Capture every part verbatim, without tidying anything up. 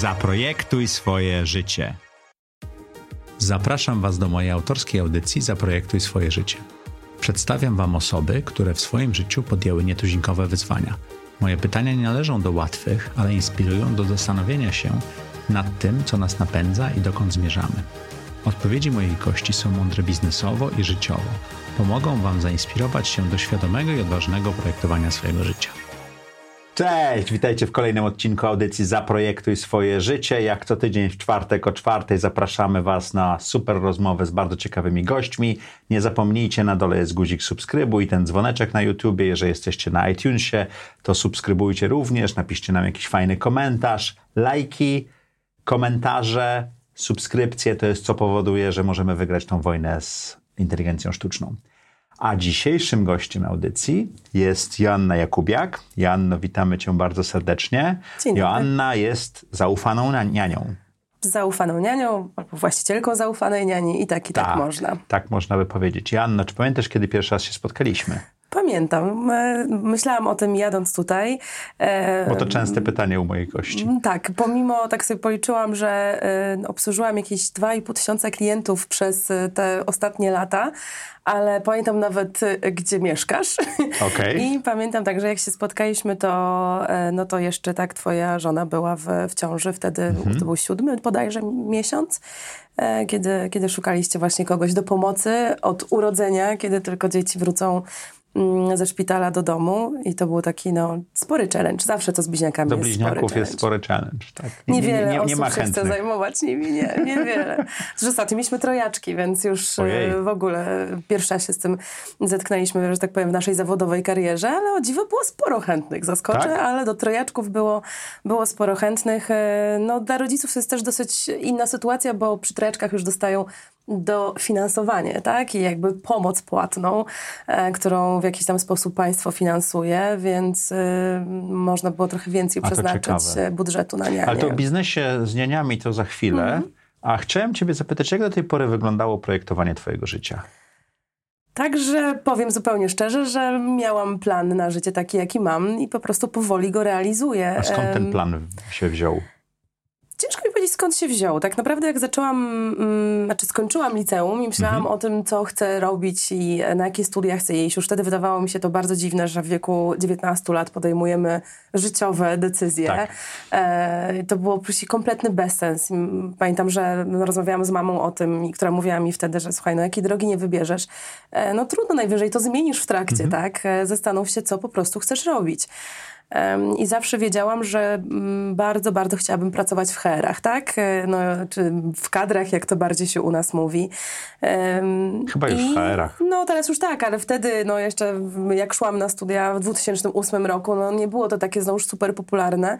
Zaprojektuj swoje życie. Zapraszam Was do mojej autorskiej audycji Zaprojektuj swoje życie. Przedstawiam Wam osoby, które w swoim życiu podjęły nietuzinkowe wyzwania. Moje pytania nie należą do łatwych, ale inspirują do zastanowienia się nad tym, co nas napędza i dokąd zmierzamy. Odpowiedzi moich gości są mądre biznesowo i życiowo. Pomogą Wam zainspirować się do świadomego i odważnego projektowania swojego życia. Cześć, witajcie w kolejnym odcinku audycji Zaprojektuj swoje życie. Jak co tydzień w czwartek o czwartej zapraszamy Was na super rozmowę z bardzo ciekawymi gośćmi. Nie zapomnijcie, na dole jest guzik subskrybuj i ten dzwoneczek na YouTubie. Jeżeli jesteście na iTunesie, to subskrybujcie również, napiszcie nam jakiś fajny komentarz, lajki, komentarze, subskrypcje. To jest co powoduje, że możemy wygrać tą wojnę z inteligencją sztuczną. A dzisiejszym gościem audycji jest Joanna Jakubiak. Joanno, witamy Cię bardzo serdecznie. Dzień dobry. Joanna jest zaufaną nianią. Zaufaną nianią, albo właścicielką zaufanej niani i tak, i tak, tak można. Tak można by powiedzieć. Joanno, czy pamiętasz, kiedy pierwszy raz się spotkaliśmy? Pamiętam. Myślałam o tym jadąc tutaj. Bo to częste pytanie u moich gości. Tak, pomimo, tak sobie policzyłam, że obsłużyłam jakieś dwa i pół tysiąca klientów przez te ostatnie lata, ale pamiętam nawet, gdzie mieszkasz. Okay. I pamiętam także, jak się spotkaliśmy, to, no to jeszcze tak twoja żona była w, w ciąży. Wtedy mhm. to był siódmy bodajże miesiąc, kiedy, kiedy szukaliście właśnie kogoś do pomocy od urodzenia, kiedy tylko dzieci wrócą ze szpitala do domu i to był taki no, spory challenge. Zawsze to z bliźniakami do jest spory bliźniaków challenge. jest spory challenge, tak. Nie, niewiele nie, nie, nie osób ma się chce zajmować nimi, nie, niewiele. Zresztą ostatnio mieliśmy trojaczki, więc już Ojej. w ogóle pierwsza się z tym zetknęliśmy, że tak powiem, w naszej zawodowej karierze, ale o dziwo było sporo chętnych. Zaskoczę, tak? Ale do trojaczków było, było sporo chętnych. No, dla rodziców to jest też dosyć inna sytuacja, bo przy trojaczkach już dostają dofinansowanie, tak? I jakby pomoc płatną, e, którą w jakiś tam sposób państwo finansuje, więc y, można było trochę więcej A przeznaczyć budżetu na nianie. Ale to w biznesie z nianiami to za chwilę. Mm-hmm. A chciałem Ciebie zapytać, jak do tej pory wyglądało projektowanie Twojego życia? Także powiem zupełnie szczerze, że miałam plan na życie taki, jaki mam i po prostu powoli go realizuję. A skąd ten plan się wziął? Ciężko mi powiedzieć, skąd się wziął. Tak naprawdę jak zaczęłam, mm, znaczy skończyłam liceum i myślałam mhm. o tym, co chcę robić i na jakie studia chcę iść. Już wtedy wydawało mi się to bardzo dziwne, że w wieku dziewiętnastu lat podejmujemy życiowe decyzje. Tak. E, to było po prostu kompletny bezsens. Pamiętam, że rozmawiałam z mamą o tym, która mówiła mi wtedy, że słuchaj, no jakiej drogi nie wybierzesz, e, no trudno, najwyżej to zmienisz w trakcie, mhm. tak? E, zastanów się, co po prostu chcesz robić. I zawsze wiedziałam, że bardzo, bardzo chciałabym pracować w H R-ach, tak? No, czy w kadrach, jak to bardziej się u nas mówi. Chyba już I, w H R-ach. No teraz już tak, ale wtedy, no jeszcze jak szłam na studia w dwa tysiące ósmym roku, no nie było to takie znowuż super popularne.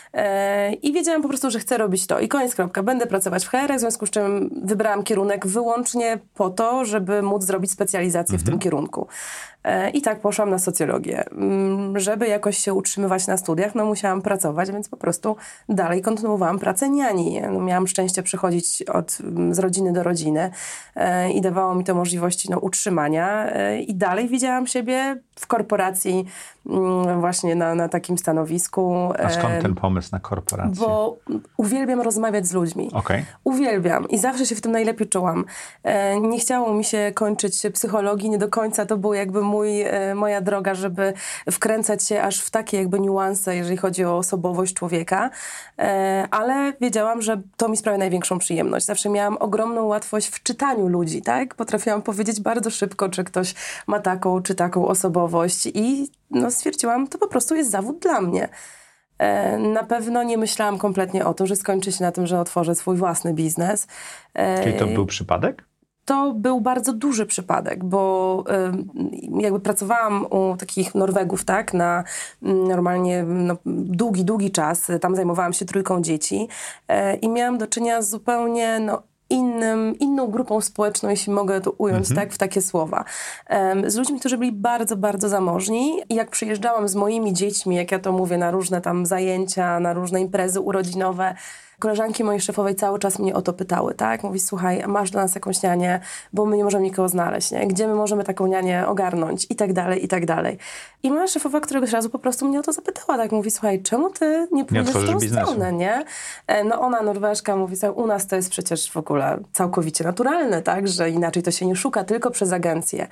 I wiedziałam po prostu, że chcę robić to. I koniec, kropka. Będę pracować w H R-ach, w związku z czym wybrałam kierunek wyłącznie po to, żeby móc zrobić specjalizację mhm. w tym kierunku. I tak poszłam na socjologię. Żeby jakoś się utrzymywać na studiach, no musiałam pracować, więc po prostu dalej kontynuowałam pracę niani. No, miałam szczęście przechodzić od, z rodziny do rodziny e, i dawało mi to możliwości no, utrzymania. E, I dalej widziałam siebie w korporacji m, właśnie na, na takim stanowisku. A skąd ten pomysł na korporację? Bo uwielbiam rozmawiać z ludźmi. Okay. Uwielbiam i zawsze się w tym najlepiej czułam. E, nie chciało mi się kończyć psychologii, nie do końca to był jakby mój, e, moja droga, żeby wkręcać się aż w takie jakby niuanse, jeżeli chodzi o osobowość człowieka, e, ale wiedziałam, że to mi sprawia największą przyjemność. Zawsze miałam ogromną łatwość w czytaniu ludzi, tak? Potrafiłam powiedzieć bardzo szybko, czy ktoś ma taką, czy taką osobowość i no, stwierdziłam, to po prostu jest zawód dla mnie. E, na pewno nie myślałam kompletnie o tym, że skończy się na tym, że otworzę swój własny biznes. E, Czyli to był przypadek? To był bardzo duży przypadek, bo y, jakby pracowałam u takich Norwegów, tak, na y, normalnie no, długi, długi czas. Tam zajmowałam się trójką dzieci y, i miałam do czynienia z zupełnie no, innym, inną grupą społeczną, jeśli mogę to ująć mhm. tak, w takie słowa. Um, z ludźmi, którzy byli bardzo, bardzo zamożni i jak przyjeżdżałam z moimi dziećmi, jak ja to mówię, na różne tam zajęcia, na różne imprezy urodzinowe, Koleżanki mojej szefowej cały czas mnie o to pytały, tak? Mówi, słuchaj, masz dla nas jakąś nianię, bo my nie możemy nikogo znaleźć, nie? Gdzie my możemy taką nianię ogarnąć? I tak dalej, i tak dalej. I moja szefowa któregoś razu po prostu mnie o to zapytała, tak? Mówi, słuchaj, czemu ty nie pójdziesz w tą biznesu. stronę, nie? No ona, Norweżka, mówi, u nas to jest przecież w ogóle całkowicie naturalne, tak? Że inaczej to się nie szuka, tylko przez agencję.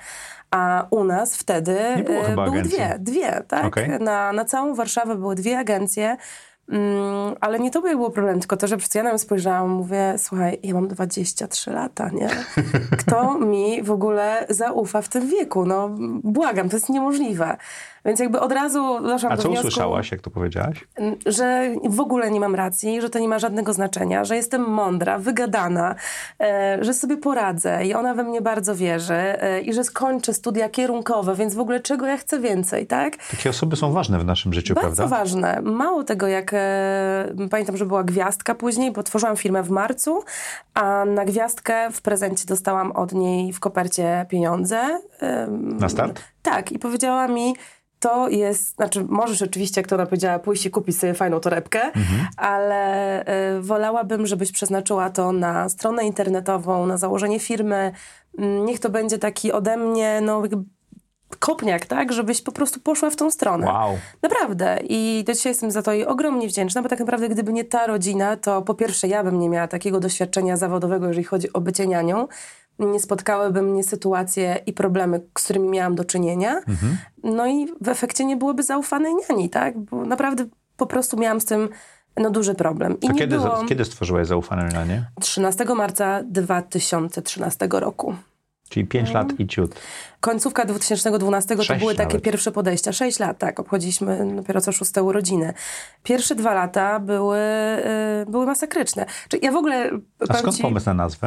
A u nas wtedy nie było e, chyba były agencji. dwie, dwie, tak? Okay. Na, na całą Warszawę były dwie agencje, mm, ale nie to było problem, tylko to, że przed ja na nią spojrzałam, mówię, słuchaj, ja mam dwadzieścia trzy lata, nie? Kto mi w ogóle zaufa w tym wieku? No błagam, to jest niemożliwe. Więc jakby od razu doszłam A do co wniosku, usłyszałaś, jak to powiedziałaś? że w ogóle nie mam racji, że to nie ma żadnego znaczenia, że jestem mądra, wygadana, e, że sobie poradzę i ona we mnie bardzo wierzy e, i że skończę studia kierunkowe, więc w ogóle czego ja chcę więcej, tak? Takie osoby są ważne w naszym życiu, Bardzo prawda? ważne. Mało tego, jak e, pamiętam, że była gwiazdka później, bo tworzyłam firmę w marcu, a na gwiazdkę w prezencie dostałam od niej w kopercie pieniądze. E, Na start? Tak, i powiedziała mi, to jest, znaczy możesz oczywiście, jak to ona powiedziała, pójść i kupić sobie fajną torebkę, mhm. ale y, wolałabym, żebyś przeznaczyła to na stronę internetową, na założenie firmy. Niech to będzie taki ode mnie, no kopniak, tak? Żebyś po prostu poszła w tą stronę. Wow. Naprawdę. I do dzisiaj jestem za to jej ogromnie wdzięczna, bo tak naprawdę gdyby nie ta rodzina, to po pierwsze ja bym nie miała takiego doświadczenia zawodowego, jeżeli chodzi o bycie nianią. Nie spotkałyby mnie sytuacje i problemy, z którymi miałam do czynienia. Mhm. No i w efekcie nie byłoby zaufanej niani, tak? Bo naprawdę po prostu miałam z tym no, duży problem. I A nie kiedy, było... kiedy stworzyłaś zaufaną nianię? trzynastego marca dwa tysiące trzynastego roku. Czyli pięć no. lat i ciut. Końcówka dwa tysiące dwunastego to były takie nawet. pierwsze podejścia. Sześć lat, tak. Obchodziliśmy dopiero co szóste urodziny. Pierwsze dwa lata były, yy, były masakryczne. Czy ja w ogóle... A skąd ci... pomysł na nazwę?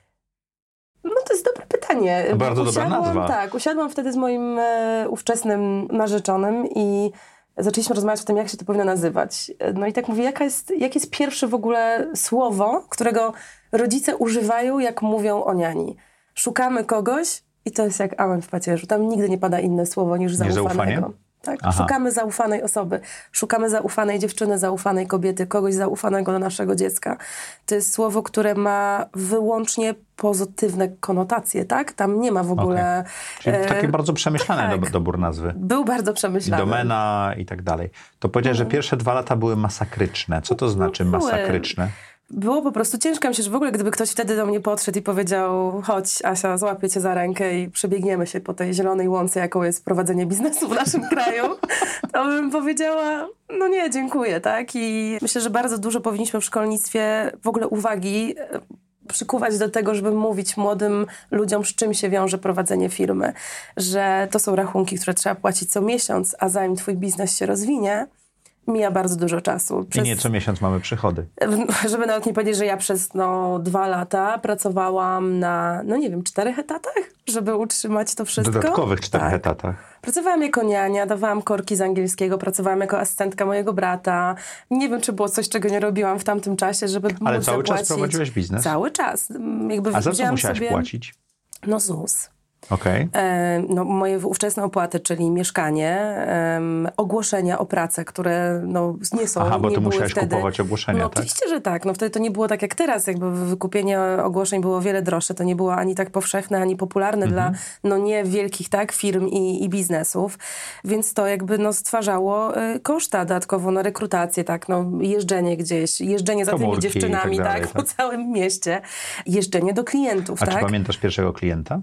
No to jest dobre pytanie. No bardzo usiadłam, dobra nazwa. Tak, usiadłam wtedy z moim e, ówczesnym narzeczonym i zaczęliśmy rozmawiać o tym, jak się to powinno nazywać. No i tak mówię, jaka jest, jakie jest pierwsze w ogóle słowo, którego rodzice używają, jak mówią o niani. Szukamy kogoś i to jest jak amen w pacierzu. Tam nigdy nie pada inne słowo niż zaufanego. Tak? Szukamy zaufanej osoby, szukamy zaufanej dziewczyny, zaufanej kobiety, kogoś zaufanego do naszego dziecka. To jest słowo, które ma wyłącznie pozytywne konotacje, tak? Tam nie ma w ogóle... Okay. Czyli e... taki bardzo przemyślany tak. dobór nazwy. Był bardzo przemyślany. I domena i tak dalej. To powiedziałeś, mm. że pierwsze dwa lata były masakryczne. Co to znaczy były. masakryczne? Było po prostu ciężko. Myślę, że w ogóle gdyby ktoś wtedy do mnie podszedł i powiedział, chodź Asia, złapię cię za rękę i przebiegniemy się po tej zielonej łące, jaką jest prowadzenie biznesu w naszym kraju, to bym powiedziała, no nie, dziękuję, tak? I myślę, że bardzo dużo powinniśmy w szkolnictwie w ogóle uwagi przykuwać do tego, żeby mówić młodym ludziom, z czym się wiąże prowadzenie firmy. Że to są rachunki, które trzeba płacić co miesiąc, a zanim twój biznes się rozwinie, mija bardzo dużo czasu. Przez, I nie co miesiąc mamy przychody. Żeby nawet nie powiedzieć, że ja przez no, dwa lata pracowałam na, no nie wiem, czterech etatach, żeby utrzymać to wszystko. Dodatkowych czterech tak. etatach. Pracowałam jako niania, dawałam korki z angielskiego, pracowałam jako asystentka mojego brata. Nie wiem, czy było coś, czego nie robiłam w tamtym czasie, żeby Ale móc cały zapłacić. czas prowadziłeś biznes? Cały czas. Jakby A za co musiałaś sobie... płacić? No Z U S. Okay. E, no, moje ówczesne opłaty, czyli mieszkanie, e, ogłoszenia o pracę, które no, nie są. Aha, bo nie tu były musiałaś wtedy. kupować ogłoszenia, no, tak? Oczywiście, że tak. No, wtedy to nie było tak jak teraz. Jakby wykupienie ogłoszeń było o wiele droższe. To nie było ani tak powszechne, ani popularne mhm. dla no, nie wielkich tak, firm i, i biznesów. Więc to jakby no, stwarzało y, koszta dodatkowo na rekrutację, tak, no, jeżdżenie gdzieś, jeżdżenie za Komórki tymi dziewczynami tak, dalej, tak, po całym mieście, jeżdżenie do klientów. A tak? czy pamiętasz pierwszego klienta?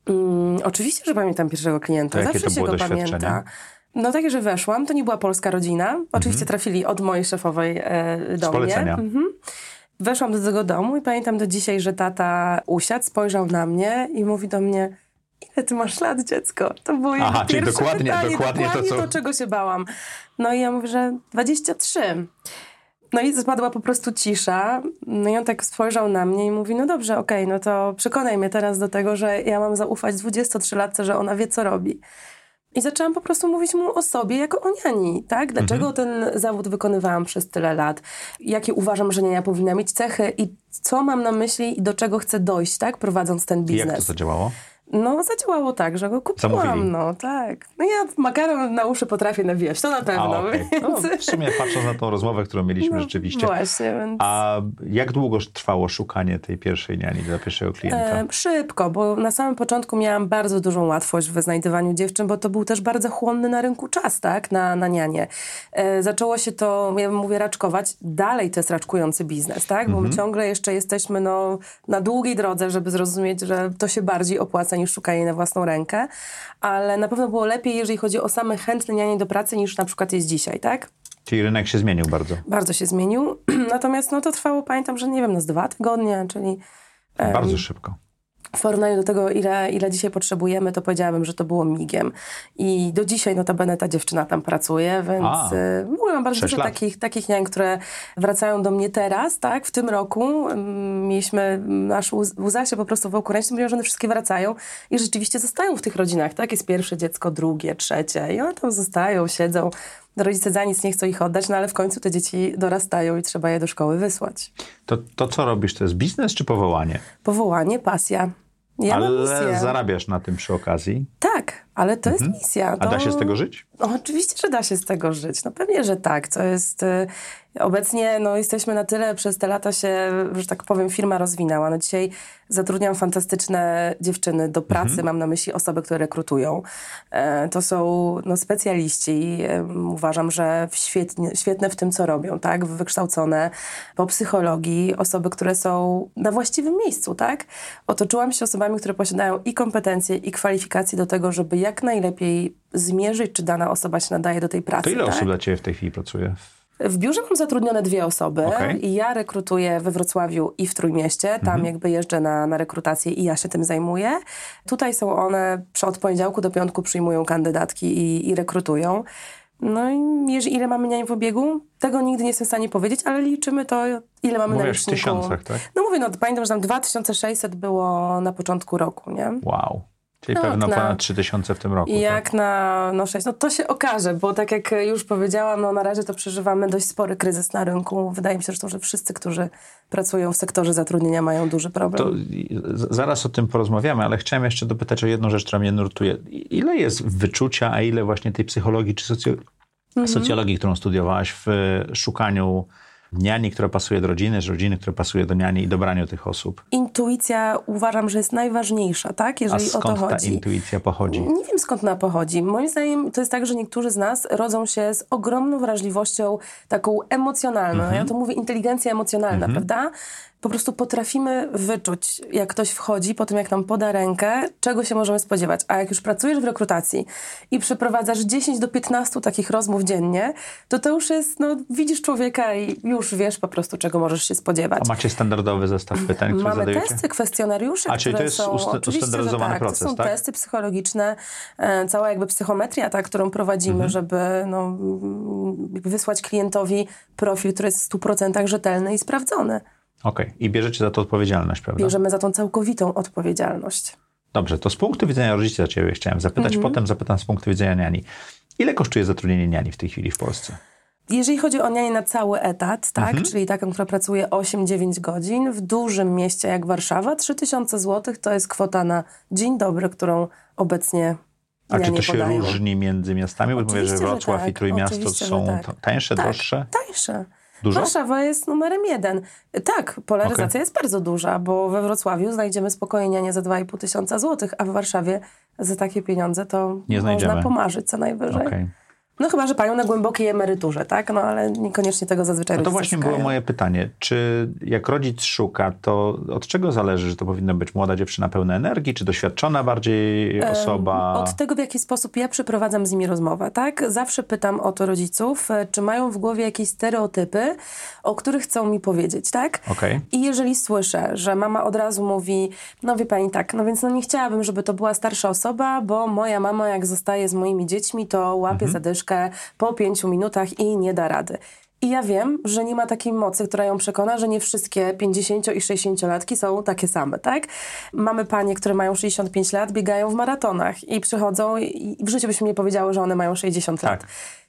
Mm, oczywiście, że pamiętam pierwszego klienta. To Zawsze jakie to się było go pamięta. No takie, że weszłam, to nie była polska rodzina. Oczywiście mhm. trafili od mojej szefowej e, do Z polecenia. mnie. Mhm. Weszłam do tego domu i pamiętam do dzisiaj, że tata usiadł, spojrzał na mnie i mówi do mnie, ile ty masz lat, dziecko? To było Aha, jego czyli pierwsze dokładnie, pytanie, dokładnie, dokładnie to, co... to, czego się bałam. No i ja mówię, że dwadzieścia trzy. No i spadła po prostu cisza. No i on tak spojrzał na mnie i mówi, no dobrze, okej, okay, no to przekonaj mnie teraz do tego, że ja mam zaufać dwudziestotrzylatce, że ona wie, co robi. I zaczęłam po prostu mówić mu o sobie jako o niani, tak? Dlaczego mhm. ten zawód wykonywałam przez tyle lat? Jakie uważam, że niania powinna mieć cechy i co mam na myśli i do czego chcę dojść, tak? Prowadząc ten biznes. I jak to zadziałało? No, zadziałało tak, że go kupiłam, Zamówili. no tak. No ja makaron na uszy potrafię nawijać, to na pewno. A, okay. Więc... no, w sumie patrząc na tą rozmowę, którą mieliśmy no, rzeczywiście. Właśnie, więc... A jak długo trwało szukanie tej pierwszej niani dla pierwszego klienta? E, szybko, bo na samym początku miałam bardzo dużą łatwość w znajdywaniu dziewczyn, bo to był też bardzo chłonny na rynku czas, tak, na, na nianie. E, zaczęło się to, ja mówię, raczkować. Dalej to jest raczkujący biznes, tak, bo Mhm. my ciągle jeszcze jesteśmy no, na długiej drodze, żeby zrozumieć, że to się bardziej opłaca niż szukanie na własną rękę, ale na pewno było lepiej, jeżeli chodzi o same chętne nianie do pracy, niż na przykład jest dzisiaj, tak? Czyli rynek się zmienił bardzo. Bardzo się zmienił, natomiast no to trwało, pamiętam, że nie wiem, no z dwa tygodnie, czyli... em, Bardzo szybko. W porównaniu do tego, ile, ile dzisiaj potrzebujemy, to powiedziałabym, że to było migiem. I do dzisiaj notabene ta dziewczyna tam pracuje, więc A, y, mówię, mam bardzo sześć dużo lat. takich, takich niań, które wracają do mnie teraz, tak? W tym roku ym, mieliśmy, nasz łz, łza się po prostu wokół ręcznym, mówią, że one wszystkie wracają i rzeczywiście zostają w tych rodzinach, tak? Jest pierwsze dziecko, drugie, trzecie i one tam zostają, siedzą. Rodzice za nic nie chcą ich oddać, no ale w końcu te dzieci dorastają i trzeba je do szkoły wysłać. To, to co robisz, to jest biznes czy powołanie? Powołanie, pasja. Ja mam misję. Ale zarabiasz na tym przy okazji. Tak, ale to Mhm. jest misja. To... A da się z tego żyć? No, oczywiście, że da się z tego żyć. No pewnie, że tak. To jest... Y, obecnie no, jesteśmy na tyle, przez te lata się, że tak powiem, firma rozwinęła. No dzisiaj zatrudniam fantastyczne dziewczyny do pracy. Mhm. Mam na myśli osoby, które rekrutują. E, to są no, specjaliści. E, uważam, że świetnie, świetne w tym, co robią, tak? Wykształcone po psychologii. Osoby, które są na właściwym miejscu, tak? Otoczyłam się osobami, które posiadają i kompetencje, i kwalifikacje do tego, żeby jak najlepiej zmierzyć, czy dana osoba się nadaje do tej pracy. To ile tak? osób dla ciebie w tej chwili pracuje? W biurze mam zatrudnione dwie osoby Okay. i ja rekrutuję we Wrocławiu i w Trójmieście. Tam Mhm. jakby jeżdżę na, na rekrutację i ja się tym zajmuję. Tutaj są one, od poniedziałku do piątku przyjmują kandydatki i, i rekrutują. No i jeżeli, ile mamy niań w obiegu? Tego nigdy nie jestem w stanie powiedzieć, ale liczymy to, ile mamy na Mówisz w liczniku. tysiącach, tak? No mówię, no pamiętam, że tam dwa tysiące sześćset było na początku roku, nie? Wow. Czyli No, pewno na- ponad trzy tysiące w tym roku. I jak tak? na no sześć, no to się okaże, bo tak jak już powiedziałam, no na razie to przeżywamy dość spory kryzys na rynku. Wydaje mi się zresztą, że wszyscy, którzy pracują w sektorze zatrudnienia, mają duży problem. To z- zaraz o tym porozmawiamy, ale chciałem jeszcze dopytać o jedną rzecz, która mnie nurtuje. Ile jest wyczucia, a ile właśnie tej psychologii czy socjo- Mhm. socjologii, którą studiowałaś w szukaniu niani, która pasuje do rodziny, z rodziny, która pasuje do niani i dobraniu tych osób? Intuicja uważam, że jest najważniejsza, tak? A Jeżeli o to skąd ta chodzi. intuicja pochodzi? Nie wiem, skąd ona pochodzi. Moim zdaniem to jest tak, że niektórzy z nas rodzą się z ogromną wrażliwością taką emocjonalną. Mhm. Ja to mówię inteligencja emocjonalna, prawda? Po prostu potrafimy wyczuć, jak ktoś wchodzi, po tym jak nam poda rękę, czego się możemy spodziewać. A jak już pracujesz w rekrutacji i przeprowadzasz dziesięć do piętnastu takich rozmów dziennie, to to już jest, no widzisz człowieka i już wiesz po prostu, czego możesz się spodziewać. A macie standardowy zestaw pytań, które Mamy zadajecie? testy, kwestionariusze, A, czyli które to jest są... usta- oczywiście, że ustandaryzowany tak, proces, to są tak? testy psychologiczne, e, cała jakby psychometria, ta, którą prowadzimy, Mhm. żeby no, mm, jakby wysłać klientowi profil, który jest w stu procentach rzetelny i sprawdzony. Okej. I bierzecie za to odpowiedzialność, prawda? Bierzemy za tą całkowitą odpowiedzialność. Dobrze, to z punktu widzenia rodzica ciebie chciałem zapytać, Mhm. potem zapytam z punktu widzenia niani. Ile kosztuje zatrudnienie niani w tej chwili w Polsce? Jeżeli chodzi o nianię na cały etat, tak, Mhm. czyli taką, która pracuje osiem dziewięć godzin, w dużym mieście jak Warszawa, trzy tysiące złotych to jest kwota na dzień dobry, którą obecnie A czy nianie to się podają. różni między miastami? Bo mówię, że Oczywiście, że Wrocław tak. i Trójmiasto Oczywiście, że są tak. to- tańsze, Tak, droższe? Tańsze. Dużo? Warszawa jest numerem jeden. Tak, polaryzacja jest bardzo duża, bo we Wrocławiu znajdziemy spokojnie nianie za dwa i pół tysiąca złotych, a w Warszawie za takie pieniądze to Nie można znajdziemy. pomarzyć co najwyżej. Okej. No chyba, że panią na głębokiej emeryturze, tak? No ale niekoniecznie tego zazwyczaj No to rodzice właśnie szukają. było moje pytanie. Czy jak rodzic szuka, to od czego zależy, że to powinna być młoda dziewczyna pełna energii, czy doświadczona bardziej osoba? Od tego, w jaki sposób ja przeprowadzam z nimi rozmowę, tak? Zawsze pytam o to rodziców, e, czy mają w głowie jakieś stereotypy, o których chcą mi powiedzieć, tak? Okej. I jeżeli słyszę, że mama od razu mówi, no wie pani tak, no więc no nie chciałabym, żeby to była starsza osoba, bo moja mama jak zostaje z moimi dziećmi, to łapie zadyszkę po pięciu minutach i nie da rady. I ja wiem, że nie ma takiej mocy, która ją przekona, że nie wszystkie pięćdziesięcio- i sześćdziesięciolatki są takie same, tak? Mamy panie, które mają sześćdziesiąt pięć lat, biegają w maratonach i przychodzą i w życiu byśmy nie powiedziały, że one mają sześćdziesiąt lat. Tak.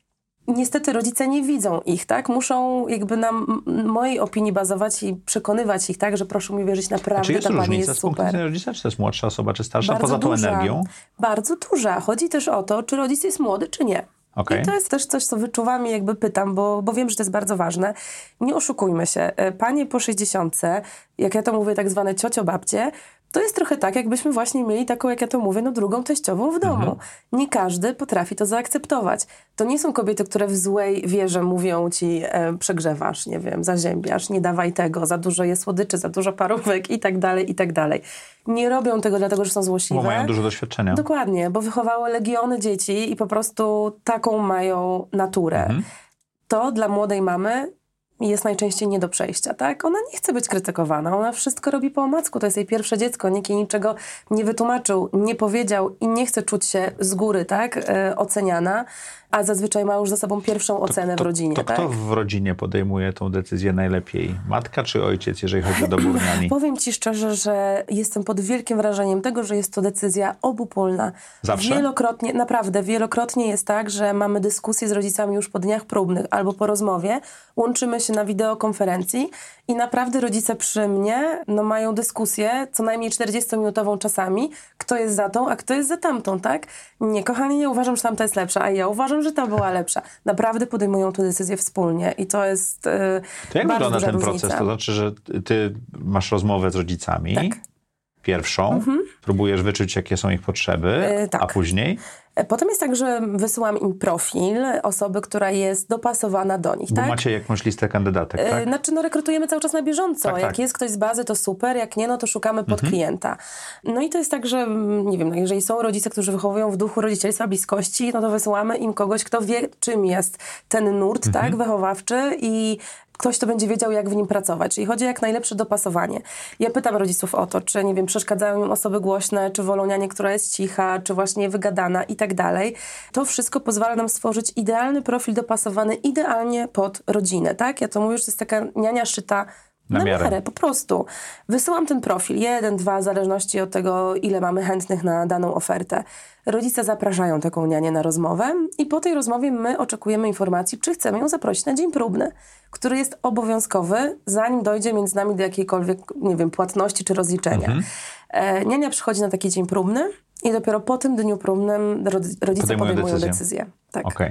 niestety rodzice nie widzą ich, tak? Muszą jakby na m- mojej opinii bazować i przekonywać ich, tak? Że proszę mi wierzyć, naprawdę Czy jest ta pani różnica jest z punktu super. widzenia rodzica, czy to jest młodsza osoba, czy starsza, Bardzo poza tą duża, energią? Bardzo duża. Chodzi też o to, czy rodzic jest młody, czy nie. Okay. I to jest też coś, co wyczuwam i jakby pytam, bo, bo wiem, że to jest bardzo ważne. Nie oszukujmy się. Panie po sześćdziesiątce, jak ja to mówię, tak zwane ciocio-babcie, to jest trochę tak, jakbyśmy właśnie mieli taką, jak ja to mówię, no drugą teściową w domu. Mhm. Nie każdy potrafi to zaakceptować. To nie są kobiety, które w złej wierze mówią ci e, przegrzewasz, nie wiem, zaziębiasz, nie dawaj tego, za dużo jest słodyczy, za dużo parówek i tak dalej, i tak dalej. Nie robią tego dlatego, że są złośliwe. Bo mają dużo doświadczenia. Dokładnie, bo wychowały legiony dzieci i po prostu taką mają naturę. Mhm. To dla młodej mamy jest najczęściej nie do przejścia, tak? Ona nie chce być krytykowana, ona wszystko robi po omacku, to jest jej pierwsze dziecko, nikt jej niczego nie wytłumaczył, nie powiedział i nie chce czuć się z góry, tak? E, oceniana, a zazwyczaj ma już za sobą pierwszą ocenę to, to, w rodzinie, to tak? kto w rodzinie podejmuje tą decyzję najlepiej? Matka czy ojciec, jeżeli chodzi o dobór niani? Powiem ci szczerze, że jestem pod wielkim wrażeniem tego, że jest to decyzja obopólna. Zawsze? Wielokrotnie, naprawdę, wielokrotnie jest tak, że mamy dyskusję z rodzicami już po dniach próbnych albo po rozmowie, łączymy się na wideokonferencji i naprawdę rodzice przy mnie no, mają dyskusję co najmniej czterdziestominutową czasami, kto jest za tą, a kto jest za tamtą, tak? Nie, kochani, nie uważam, że tamta jest lepsza, a ja uważam, że ta była lepsza. Naprawdę podejmują tę decyzję wspólnie i to jest yy, To jak bardzo wygląda duża ten różnica. proces? To znaczy, że ty masz rozmowę z rodzicami, tak. pierwszą, mhm. próbujesz wyczuć, jakie są ich potrzeby, yy, tak. a później? Potem jest tak, że wysyłam im profil osoby, która jest dopasowana do nich. Bo tak? macie jakąś listę kandydatek, tak? Znaczy, no rekrutujemy cały czas na bieżąco. Tak, jak tak. jest ktoś z bazy, to super. Jak nie, no to szukamy pod mhm. klienta. No i to jest tak, że nie wiem, jeżeli są rodzice, którzy wychowują w duchu rodzicielstwa, bliskości, no to wysyłamy im kogoś, kto wie, czym jest ten nurt, mhm. tak, wychowawczy i ktoś, kto będzie wiedział, jak w nim pracować. Czyli chodzi o jak najlepsze dopasowanie. Ja pytam rodziców o to, czy, nie wiem, przeszkadzają im osoby głośne, czy wolą nianię, która jest cicha, czy właśnie wygadana i tak dalej. To wszystko pozwala nam stworzyć idealny profil dopasowany idealnie pod rodzinę, tak? Ja to mówię, że to jest taka niania szyta na, na miarę. miarę, po prostu. Wysyłam ten profil, jeden, dwa, w zależności od tego, ile mamy chętnych na daną ofertę. Rodzice zapraszają taką nianię na rozmowę i po tej rozmowie my oczekujemy informacji, czy chcemy ją zaprosić na dzień próbny, który jest obowiązkowy, zanim dojdzie między nami do jakiejkolwiek, nie wiem, płatności czy rozliczenia. Mhm. E, niania przychodzi na taki dzień próbny i dopiero po tym dniu próbnym rodzice podejmują, podejmują decyzję. decyzję. Tak. Okay.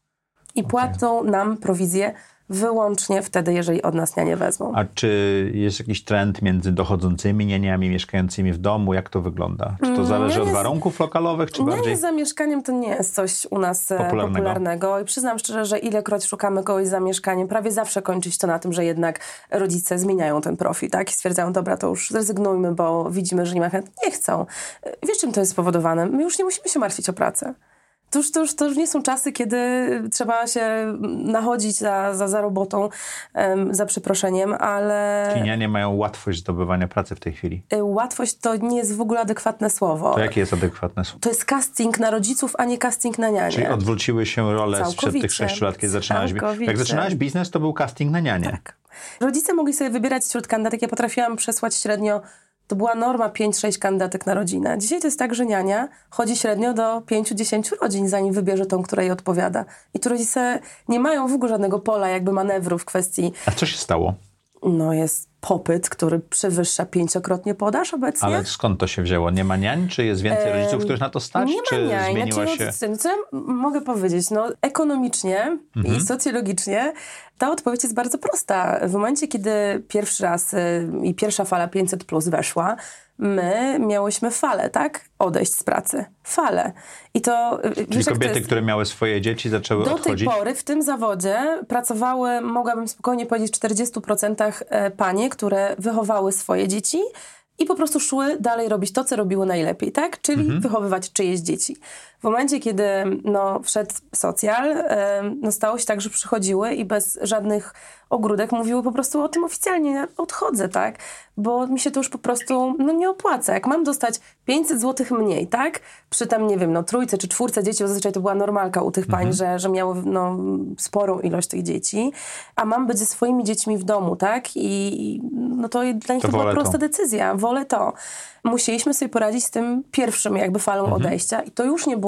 I płacą okay. nam prowizję wyłącznie wtedy, jeżeli od nas nianie wezmą. A czy jest jakiś trend między dochodzącymi nianiami, mieszkającymi w domu? Jak to wygląda? Czy to zależy od warunków lokalowych, czy bardziej? Nianie za mieszkaniem to nie jest coś u nas popularnego. popularnego. I przyznam szczerze, że ilekroć szukamy kogoś za mieszkaniem, prawie zawsze kończy się to na tym, że jednak rodzice zmieniają ten profil, tak? I stwierdzają, dobra, to już zrezygnujmy, bo widzimy, że nie ma chętnych. Nie chcą. Wiesz, czym to jest spowodowane? My już nie musimy się martwić o pracę. To już, to, już, to już nie są czasy, kiedy trzeba się nachodzić za, za, za robotą, um, za przeproszeniem, ale... Czyli nianie mają łatwość zdobywania pracy w tej chwili. Łatwość to nie jest w ogóle adekwatne słowo. To jakie jest adekwatne słowo? To jest casting na rodziców, a nie casting na nianie. Czyli odwróciły się role sprzed tych sześciu lat, kiedy zaczynałaś... Jak zaczynałaś biznes, to był casting na nianie. Tak. Rodzice mogli sobie wybierać wśród kandydatek. Ja potrafiłam przesłać średnio... To była norma pięć sześć kandydatek na rodzinę. Dzisiaj to jest tak, że niania chodzi średnio do pięć dziesięć rodzin, zanim wybierze tą, która jej odpowiada. I tu rodzice nie mają w ogóle żadnego pola jakby manewru w kwestii... A co się stało? No jest popyt, który przewyższa pięciokrotnie podaż obecnie. Ale skąd to się wzięło? Nie ma niań? Czy jest więcej ehm, rodziców, których na to stać? Nie czy ma niań. zmieniła znaczy, się... No, co ja mogę powiedzieć? No, ekonomicznie mhm. i socjologicznie ta odpowiedź jest bardzo prosta. W momencie, kiedy pierwszy raz y, i pierwsza fala pięćset plus weszła, my miałyśmy falę, tak? Odejść z pracy. Falę. I to... Czyli wiesz, kobiety, które miały swoje dzieci, zaczęły do odchodzić? Do tej pory w tym zawodzie pracowały, mogłabym spokojnie powiedzieć, w czterdziestu procentach panie, które wychowały swoje dzieci i po prostu szły dalej robić to, co robiły najlepiej, tak? Czyli mhm. wychowywać czyjeś dzieci. W momencie, kiedy no, wszedł socjal, no, stało się tak, że przychodziły i bez żadnych ogródek mówiły po prostu o tym oficjalnie, odchodzę, tak? Bo mi się to już po prostu no, nie opłaca. Jak mam dostać pięćset złotych mniej, tak? Przy tam, nie wiem, no trójce czy czwórce dzieci, bo zazwyczaj to była normalka u tych pań, mhm. że, że miały no, sporą ilość tych dzieci, a mam być ze swoimi dziećmi w domu, tak? I no to dla nich to, to była prosta to. decyzja. Wolę to. Musieliśmy sobie poradzić z tym pierwszym jakby falą mhm. odejścia i to już nie było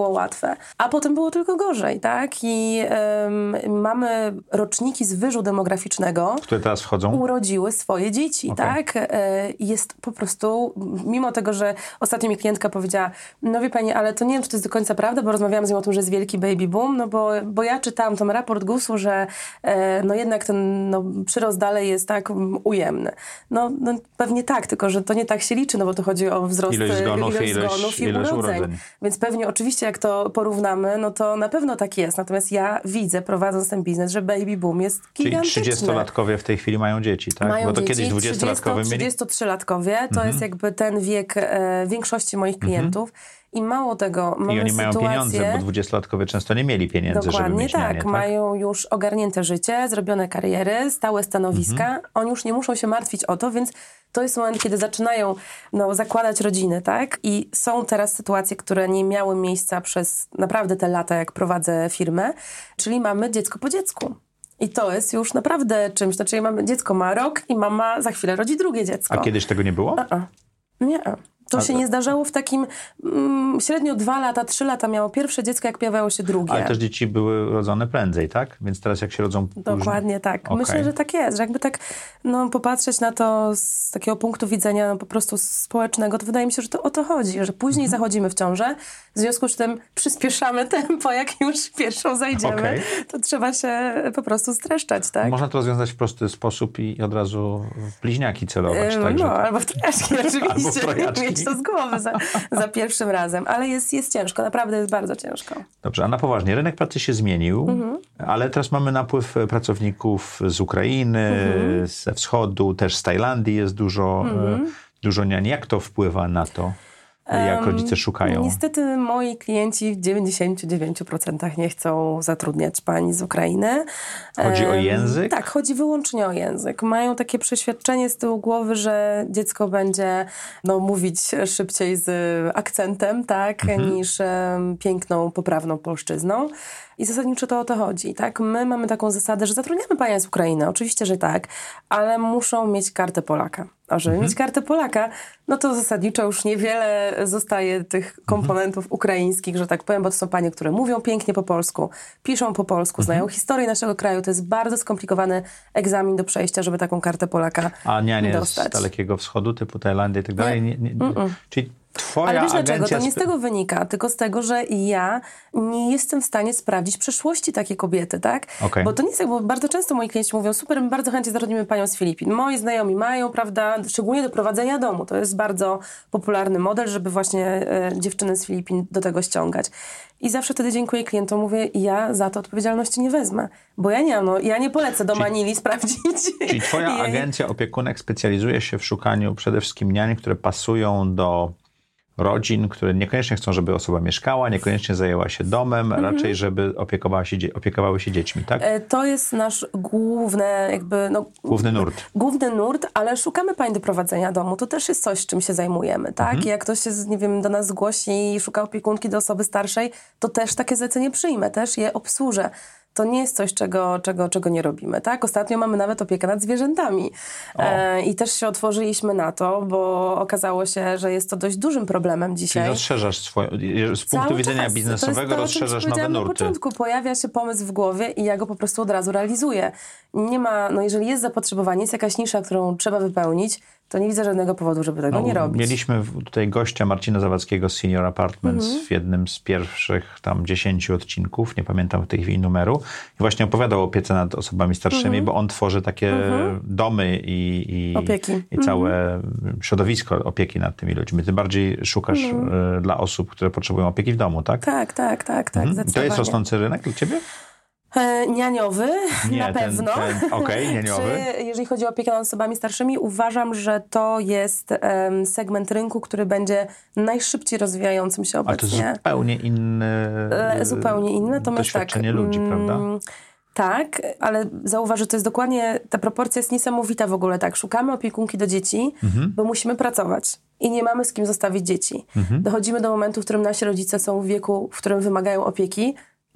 było łatwe. A potem było tylko gorzej, tak? I um, mamy roczniki z wyżu demograficznego, które teraz wchodzą, urodziły swoje dzieci, okay. tak? E, jest po prostu, mimo tego, że ostatnio mi klientka powiedziała, no wie pani, ale to nie wiem, czy to jest do końca prawda, bo rozmawiałam z nią o tym, że jest wielki baby boom, no bo, bo ja czytałam tam raport gusu, że e, no jednak ten no, przyrost dalej jest tak ujemny. No, no pewnie tak, tylko że to nie tak się liczy, no bo to chodzi o wzrost ilość zgonów, ilość ilość, zgonów i ilość urodzeń. urodzeń. Więc pewnie oczywiście jak to porównamy, no to na pewno tak jest. Natomiast ja widzę, prowadząc ten biznes, że baby boom jest gigantyczny. Czyli trzydziestolatkowie w tej chwili mają dzieci, tak? Mają bo to dzieci, kiedyś dwudziestolatkowie mieli... trzydziestotrzylatkowie, to mhm. jest jakby ten wiek e, większości moich klientów. Mhm. I mało tego, mamy I oni mają sytuację, pieniądze, bo dwudziestolatkowie często nie mieli pieniędzy, żeby mieć tak, nianie, tak, mają już ogarnięte życie, zrobione kariery, stałe stanowiska. Mhm. Oni już nie muszą się martwić o to, więc to jest moment, kiedy zaczynają no, zakładać rodziny, tak? I są teraz sytuacje, które nie miały miejsca przez naprawdę te lata, jak prowadzę firmę, czyli mamy dziecko po dziecku. I to jest już naprawdę czymś. Znaczy mamy, dziecko ma rok i mama za chwilę rodzi drugie dziecko. A kiedyś tego nie było? A-a. Nie. To się nie zdarzało w takim mm, średnio dwa lata, trzy lata miało pierwsze dziecko, jak pojawiało się drugie. Ale też dzieci były rodzone prędzej, tak? Więc teraz jak się rodzą później... Dokładnie tak. Okay. Myślę, że tak jest, że jakby tak no, popatrzeć na to z takiego punktu widzenia no, po prostu społecznego, to wydaje mi się, że to o to chodzi, że później mhm. zachodzimy w ciążę, w związku z tym przyspieszamy tempo, jak już pierwszą zajdziemy, okay. to trzeba się po prostu streszczać, tak? Można to rozwiązać w prosty sposób i od razu w bliźniaki celować. Yy, tak, no, że... albo w trojaczki oczywiście. Albo w trojaczki. To z głowy za, za pierwszym razem, ale jest, jest ciężko, naprawdę jest bardzo ciężko. Dobrze, a na poważnie, rynek pracy się zmienił, mhm. ale teraz mamy napływ pracowników z Ukrainy, mhm. ze wschodu, też z Tajlandii jest dużo, mhm. dużo niań. Jak to wpływa na to, jak um, rodzice szukają? Niestety moi klienci w dziewięćdziesiąt dziewięć procent nie chcą zatrudniać pani z Ukrainy. Chodzi um, o język? Tak, chodzi wyłącznie o język. Mają takie przeświadczenie z tyłu głowy, że dziecko będzie no, mówić szybciej z akcentem, tak, mhm. niż um, piękną, poprawną polszczyzną. I zasadniczo to o to chodzi, tak? My mamy taką zasadę, że zatrudniamy panią z Ukrainy, oczywiście, że tak, ale muszą mieć kartę Polaka. A żeby mhm. mieć kartę Polaka, no to zasadniczo już niewiele zostaje tych komponentów mhm. ukraińskich, że tak powiem, bo to są panie, które mówią pięknie po polsku, piszą po polsku, mhm. znają historię naszego kraju. To jest bardzo skomplikowany egzamin do przejścia, żeby taką kartę Polaka A nianie dostać. z Dalekiego Wschodu, typu Tajlandia i tak dalej? Nie, nie, nie. Czyli twoja Ale wiesz agencja... dlaczego? To nie z tego wynika, tylko z tego, że ja nie jestem w stanie sprawdzić przeszłości takiej kobiety, tak? Okay. Bo to nie jest tak, bo bardzo często moi klienci mówią, super, my bardzo chętnie zatrudnimy panią z Filipin. Moi znajomi mają, prawda, szczególnie do prowadzenia domu. To jest bardzo popularny model, żeby właśnie e, dziewczyny z Filipin do tego ściągać. I zawsze wtedy dziękuję klientom, mówię, ja za to odpowiedzialności nie wezmę. Bo ja nie, no, ja nie polecę do czyli, Manili sprawdzić. Czyli twoja jej... agencja opiekunek specjalizuje się w szukaniu przede wszystkim niań, które pasują do rodzin, które niekoniecznie chcą, żeby osoba mieszkała, niekoniecznie zajęła się domem, mhm. raczej żeby opiekowała się, opiekowały się dziećmi, tak? To jest nasz główny jakby... No, główny nurt. Główny nurt, ale szukamy pań do prowadzenia domu. To też jest coś, czym się zajmujemy, tak? Mhm. I jak ktoś się, nie wiem, do nas zgłosi i szuka opiekunki do osoby starszej, to też takie zlecenie przyjmę, też je obsłużę. To nie jest coś, czego, czego, czego nie robimy, tak? Ostatnio mamy nawet opiekę nad zwierzętami. E, I też się otworzyliśmy na to, bo okazało się, że jest to dość dużym problemem dzisiaj. Czyli rozszerzasz swoje, z punktu Cały widzenia czas. biznesowego to rozszerzasz to, nowe nurty. Na początku pojawia się pomysł w głowie i ja go po prostu od razu realizuję. Nie ma, no jeżeli jest zapotrzebowanie, jest jakaś nisza, którą trzeba wypełnić, to nie widzę żadnego powodu, żeby tego no, nie robić. Mieliśmy tutaj gościa Marcina Zawadzkiego z Senior Apartments mhm. w jednym z pierwszych tam dziesięciu odcinków, nie pamiętam w tej chwili numeru, i właśnie opowiadał o opiece nad osobami starszymi, mhm. bo on tworzy takie mhm. domy i, i, opieki. i całe mhm. środowisko opieki nad tymi ludźmi. Ty bardziej szukasz mhm. dla osób, które potrzebują opieki w domu, tak? Tak, tak, tak, tak. Mhm. To jest rosnący rynek dla ciebie? E, nianiowy, nie, na ten, pewno. Ten, Okej, okay, nianiowy. Czy, jeżeli chodzi o opiekę nad osobami starszymi, uważam, że to jest um, segment rynku, który będzie najszybciej rozwijającym się obecnie. Ale to zupełnie inny e, Zupełnie inny, natomiast doświadczenie tak, ludzi, prawda? Mm, tak, ale zauważ, że to jest dokładnie, ta proporcja jest niesamowita w ogóle, tak. Szukamy opiekunki do dzieci, mhm. bo musimy pracować i nie mamy z kim zostawić dzieci. Mhm. Dochodzimy do momentu, w którym nasi rodzice są w wieku, w którym wymagają opieki,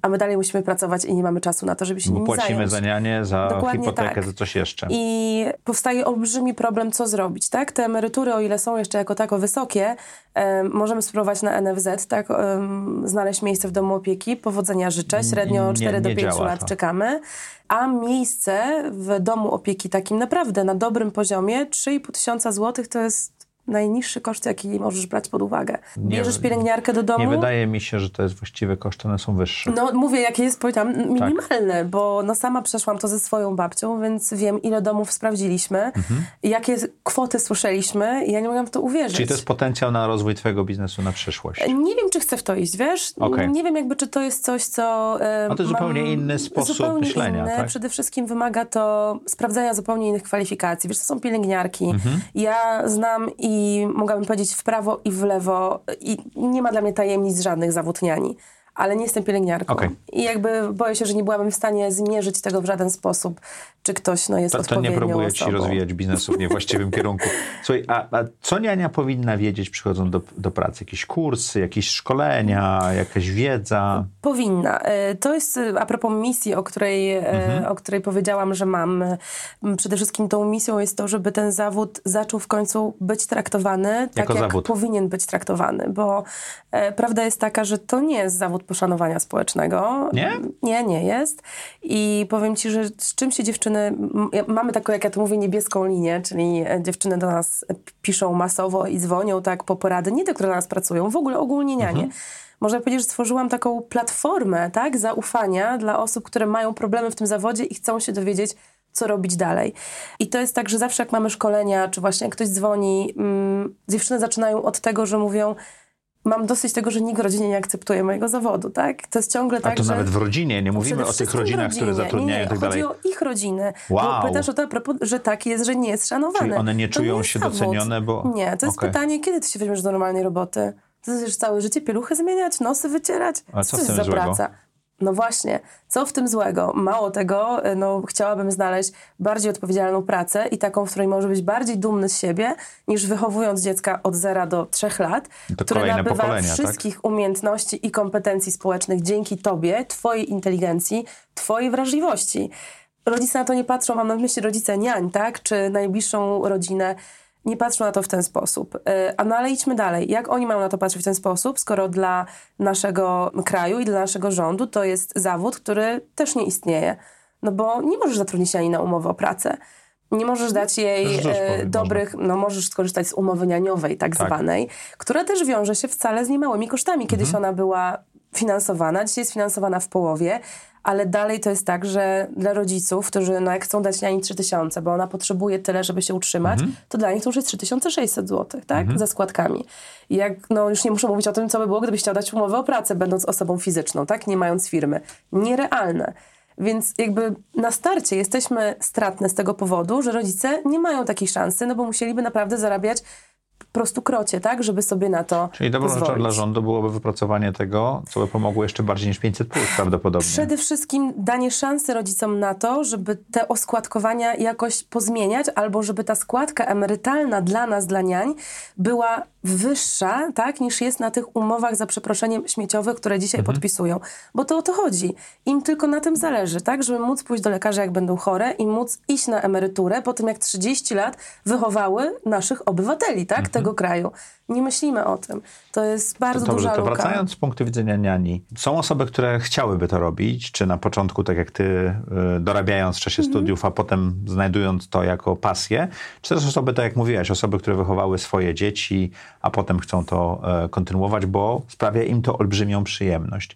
a my dalej musimy pracować i nie mamy czasu na to, żeby się Bo nimi płacimy zająć. za nianie, za Dokładnie hipotekę, tak. za coś jeszcze. I powstaje olbrzymi problem, co zrobić, tak? Te emerytury, o ile są jeszcze jako tako wysokie, um, możemy spróbować na N F Z, tak? Um, znaleźć miejsce w domu opieki. Powodzenia życzę. Średnio Nie- cztery do nie pięciu działa lat to. czekamy. A miejsce w domu opieki takim naprawdę na dobrym poziomie, trzy i pół tysiąca złotych to jest najniższy koszt, jaki możesz brać pod uwagę. Bierzesz pielęgniarkę do domu. Nie wydaje mi się, że to jest właściwy koszt, one są wyższe. No mówię, jakie jest, powiedziałam, minimalne, tak. Bo no sama przeszłam to ze swoją babcią, więc wiem, ile domów sprawdziliśmy, mhm. jakie kwoty słyszeliśmy i ja nie mogłam w to uwierzyć. Czyli to jest potencjał na rozwój twojego biznesu na przyszłość. Nie wiem, czy chcę w to iść, wiesz? Okay. Nie wiem, jakby, czy to jest coś, co... A to jest zupełnie inny sposób zupełnie myślenia, inny. tak? Przede wszystkim wymaga to sprawdzania zupełnie innych kwalifikacji. Wiesz, to są pielęgniarki. Mhm. Ja znam i mogłabym powiedzieć w prawo i w lewo i nie ma dla mnie tajemnic żadnych zawód niani. Ale nie jestem pielęgniarką. Okay. I jakby boję się, że nie byłabym w stanie zmierzyć tego w żaden sposób, czy ktoś no, jest to, to odpowiednią nie próbuję osobą. ci rozwijać biznesu w niewłaściwym kierunku. Słuchaj, a, a co niania powinna wiedzieć przychodząc do, do pracy? Jakieś kursy, jakieś szkolenia, jakaś wiedza? Powinna. To jest a propos misji, o której, mhm. o której powiedziałam, że mam. Przede wszystkim tą misją jest to, żeby ten zawód zaczął w końcu być traktowany tak, jako jak zawód. powinien być traktowany. Bo e, prawda jest taka, że to nie jest zawód poszanowania społecznego. Nie? Nie, nie jest. I powiem ci, że z czym się dziewczyny... m- Mamy taką, jak ja to mówię, niebieską linię, czyli dziewczyny do nas piszą masowo i dzwonią tak po porady. Nie te, które na nas pracują, w ogóle ogólnie nianie. Mhm. Można powiedzieć, że stworzyłam taką platformę, tak, zaufania dla osób, które mają problemy w tym zawodzie i chcą się dowiedzieć, co robić dalej. I to jest tak, że zawsze jak mamy szkolenia, czy właśnie jak ktoś dzwoni, mm, dziewczyny zaczynają od tego, że mówią: mam dosyć tego, że nikt w rodzinie nie akceptuje mojego zawodu, tak? To jest ciągle tak, A to że... nawet w rodzinie, nie mówimy o tych rodzinach, rodzinie. które zatrudniają nie, nie, i tak dalej. chodzi o ich rodziny. Wow. Bo pytasz o to, a propos, że tak jest, że nie jest szanowane. Czyli one nie To czują jest się zawód. docenione, bo... Nie, to jest okay. pytanie, kiedy ty się weźmiesz do normalnej roboty? Ty chcesz całe życie pieluchy zmieniać, nosy wycierać? A co to w tym jest za złego? praca? No właśnie, co w tym złego? Mało tego, no chciałabym znaleźć bardziej odpowiedzialną pracę i taką, w której może być bardziej dumny z siebie, niż wychowując dziecka od zera do trzech lat, To które nabywa pokolenia, wszystkich tak? umiejętności i kompetencji społecznych dzięki tobie, twojej inteligencji, twojej wrażliwości. Rodzice na to nie patrzą, mam na myśli rodzice niań, tak? Czy najbliższą rodzinę. Nie patrzą na to w ten sposób. A no ale idźmy dalej. Jak oni mają na to patrzeć w ten sposób, skoro dla naszego kraju i dla naszego rządu to jest zawód, który też nie istnieje. No bo nie możesz zatrudnić ani na umowę o pracę. Nie możesz dać jej e, dobrych... Można. No możesz skorzystać z umowy nianiowej tak, tak zwanej, która też wiąże się wcale z niemałymi kosztami. Kiedyś mhm. ona była finansowana, dzisiaj jest finansowana w połowie, ale dalej to jest tak, że dla rodziców, którzy no jak chcą dać niani trzy tysiące, bo ona potrzebuje tyle, żeby się utrzymać, mhm. to dla nich to już jest trzy tysiące sześćset złotych, tak? Mhm. Ze składkami. I jak, no już nie muszę mówić o tym, co by było, gdybyś chciał dać umowę o pracę, będąc osobą fizyczną, tak? Nie mając firmy. Nierealne. Więc jakby na starcie jesteśmy stratne z tego powodu, że rodzice nie mają takiej szansy, no bo musieliby naprawdę zarabiać po prostu krocie, tak, żeby sobie na to Czyli dobrą pozwolić. rzeczą dla rządu byłoby wypracowanie tego, co by pomogło jeszcze bardziej niż pięćset plus prawdopodobnie. Przede wszystkim danie szansy rodzicom na to, żeby te oskładkowania jakoś pozmieniać, albo żeby ta składka emerytalna dla nas, dla niań, była wyższa, tak, niż jest na tych umowach, za przeproszeniem, śmieciowych, które dzisiaj mhm. podpisują. Bo to o to chodzi. Im tylko na tym zależy, tak, żeby móc pójść do lekarza, jak będą chore i móc iść na emeryturę po tym, jak trzydzieści lat wychowały naszych obywateli, tak, mhm. tego kraju. Nie myślimy o tym. To jest bardzo to, duża to luka. Wracając z punktu widzenia niani, są osoby, które chciałyby to robić, czy na początku, tak jak ty, y, dorabiając w czasie mhm. studiów, a potem znajdując to jako pasję, czy też osoby, tak jak mówiłaś, osoby, które wychowały swoje dzieci, a potem chcą to y, kontynuować, bo sprawia im to olbrzymią przyjemność.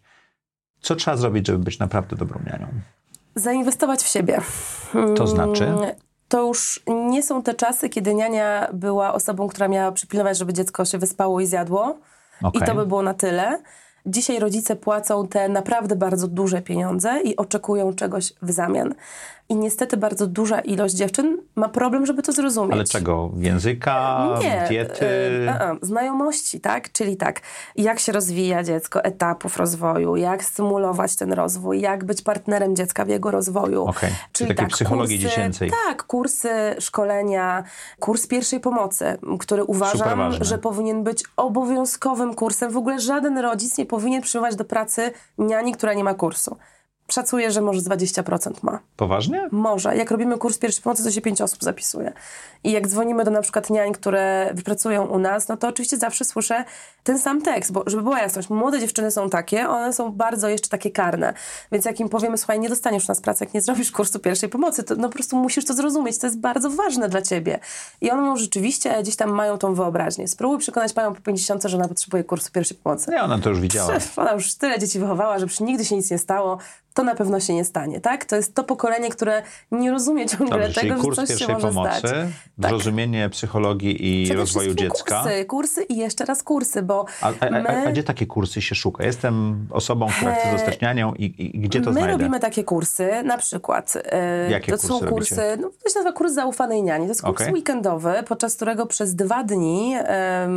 Co trzeba zrobić, żeby być naprawdę dobrą nianią? Zainwestować w siebie. To znaczy? To już nie są te czasy, kiedy niania była osobą, która miała przypilnować, żeby dziecko się wyspało i zjadło. Okay. I to by było na tyle. Dzisiaj rodzice płacą te naprawdę bardzo duże pieniądze i oczekują czegoś w zamian. I niestety bardzo duża ilość dziewczyn ma problem, żeby to zrozumieć. Ale czego? Języka? Nie. Diety? Y, y, y, znajomości, tak? Czyli tak, jak się rozwija dziecko, etapów rozwoju, jak stymulować ten rozwój, jak być partnerem dziecka w jego rozwoju. Okay. Czyli, Czyli takiej tak, psychologii kursy, dziecięcej. Tak, kursy, szkolenia, kurs pierwszej pomocy, który uważam, że powinien być obowiązkowym kursem. W ogóle żaden rodzic nie powinien powinien przyjmować do pracy niani, która nie ma kursu. Szacuję, że może z dwadzieścia procent ma. Poważnie? Może. Jak robimy kurs pierwszej pomocy, to się pięć osób zapisuje. I jak dzwonimy do na przykład niań, które pracują u nas, no to oczywiście zawsze słyszę ten sam tekst, bo żeby była jasność, młode dziewczyny są takie, one są bardzo jeszcze takie karne. Więc jak im powiemy, słuchaj, nie dostaniesz u nas pracy, jak nie zrobisz kursu pierwszej pomocy, to no po prostu musisz to zrozumieć, to jest bardzo ważne dla ciebie. I one mówią, rzeczywiście gdzieś tam mają tą wyobraźnię. Spróbuj przekonać panią po pięćdziesiątce, że ona potrzebuje kursu pierwszej pomocy. Nie, ona to już widziała. Ona już tyle dzieci wychowała, że przy nigdy się nic nie stało. To na pewno się nie stanie, tak? To jest to pokolenie, które nie rozumie ciągle Dobrze, tego, kurs że coś pierwszej się może pomocy, stać. zrozumienie tak. psychologii i Przede rozwoju dziecka. Kursy, kursy i jeszcze raz kursy, bo a, a, my... a, a gdzie takie kursy się szuka? Jestem osobą, która chce zostać nianią i, i, i gdzie to my znajdę? My robimy takie kursy, na przykład. Yy, Jakie to kursy są kursy, robicie? no to się nazywa kurs zaufanej niani. To jest kurs okay. weekendowy, podczas którego przez dwa dni, yy,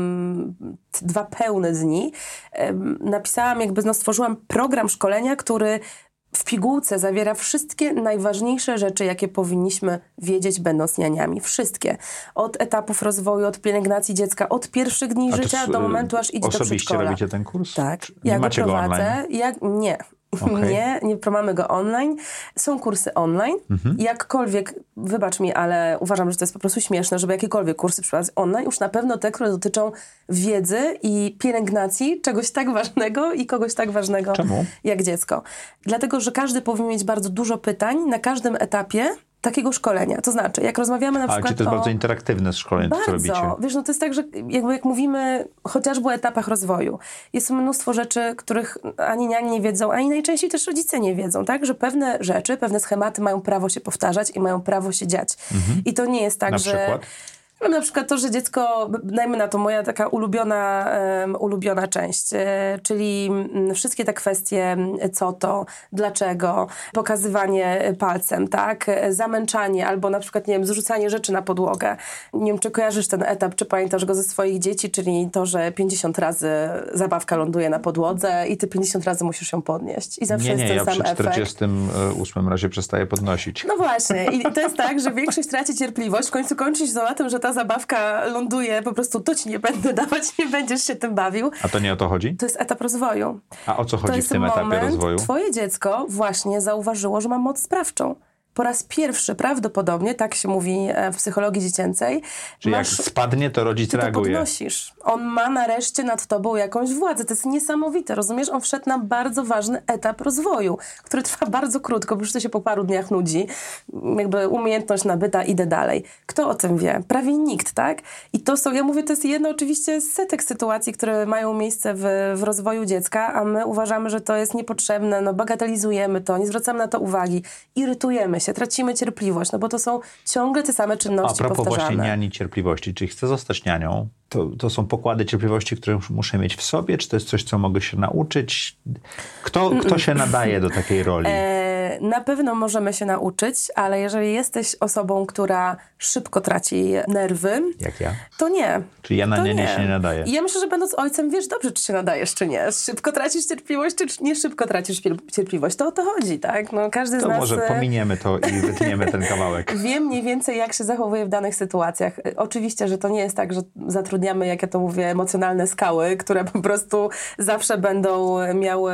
dwa pełne dni yy, napisałam, jakby no, stworzyłam program szkolenia, który w pigułce zawiera wszystkie najważniejsze rzeczy, jakie powinniśmy wiedzieć, będąc nianiami. Wszystkie. Od etapów rozwoju, od pielęgnacji dziecka, od pierwszych dni A życia do momentu, aż idzie do przedszkola. Osobiście robicie ten kurs? Tak. Czy Ja nie macie go prowadzę. go online? Jak, nie. Okay. Nie, nie mamy go online. Są kursy online. Mhm. Jakkolwiek, wybacz mi, ale uważam, że to jest po prostu śmieszne, żeby jakiekolwiek kursy przeprowadzać online. Już na pewno te, które dotyczą wiedzy i pielęgnacji czegoś tak ważnego i kogoś tak ważnego Czemu? Jak dziecko. Dlatego, że każdy powinien mieć bardzo dużo pytań na każdym etapie takiego szkolenia. To znaczy, jak rozmawiamy na przykład Ale czy to jest o... bardzo interaktywne szkolenie, bardzo. co robicie? Wiesz, no to jest tak, że jakby jak mówimy chociażby o etapach rozwoju, jest mnóstwo rzeczy, których ani niani nie wiedzą, ani najczęściej też rodzice nie wiedzą, tak? Że pewne rzeczy, pewne schematy mają prawo się powtarzać i mają prawo się dziać. Mhm. I to nie jest tak, na że... Przykład? Na przykład to, że dziecko, dajmy na to moja taka ulubiona, um, ulubiona część, e, czyli m, wszystkie te kwestie, co to, dlaczego, pokazywanie palcem, tak, e, zamęczanie albo na przykład, nie wiem, zrzucanie rzeczy na podłogę. Nie wiem, czy kojarzysz ten etap, czy pamiętasz go ze swoich dzieci, czyli to, że pięćdziesiąt razy zabawka ląduje na podłodze i ty pięćdziesiąt razy musisz ją podnieść. I zawsze nie, nie, jest ten ja sam przy efekt. czterdziestym ósmym razie przestaję podnosić. No właśnie. I to jest tak, że większość traci cierpliwość, w końcu kończy się to na tym, że ta zabawka ląduje, po prostu to ci nie będę dawać, nie będziesz się tym bawił. A to nie o to chodzi? To jest etap rozwoju. A o co chodzi w tym moment, etapie rozwoju? Twoje dziecko właśnie zauważyło, że ma moc sprawczą. Po raz pierwszy prawdopodobnie, tak się mówi w psychologii dziecięcej. Czyli masz, jak spadnie, to rodzic ty to reaguje. podnosisz. On ma nareszcie nad tobą jakąś władzę. To jest niesamowite, rozumiesz? On wszedł na bardzo ważny etap rozwoju, który trwa bardzo krótko, bo już to się po paru dniach nudzi. Jakby umiejętność nabyta, idę dalej. Kto o tym wie? Prawie nikt, tak? I to są, ja mówię, to jest jedno oczywiście z setek sytuacji, które mają miejsce w, w rozwoju dziecka, a my uważamy, że to jest niepotrzebne, no bagatelizujemy to, nie zwracamy na to uwagi, irytujemy się, tracimy cierpliwość, no bo to są ciągle te same czynności powtarzane. A propos powtarzane. właśnie niani cierpliwości, czyli chcę zostać nianią, to, to są pokłady cierpliwości, które muszę mieć w sobie, czy to jest coś, co mogę się nauczyć? Kto, kto się nadaje do takiej roli? E, na pewno możemy się nauczyć, ale jeżeli jesteś osobą, która szybko traci nerwy, jak ja? To nie. Czyli ja na nianię się nie nadaję. I ja myślę, że będąc ojcem, wiesz dobrze, czy się nadajesz, czy nie. Szybko tracisz cierpliwość, czy nie szybko tracisz cierpliwość. To o to chodzi, tak? No, każdy to z nas... może pominiemy to i wytniemy ten kawałek. Wiem mniej więcej, jak się zachowuje w danych sytuacjach. Oczywiście, że to nie jest tak, że zatrudniamy, jak ja to mówię, emocjonalne skały, które po prostu zawsze będą miały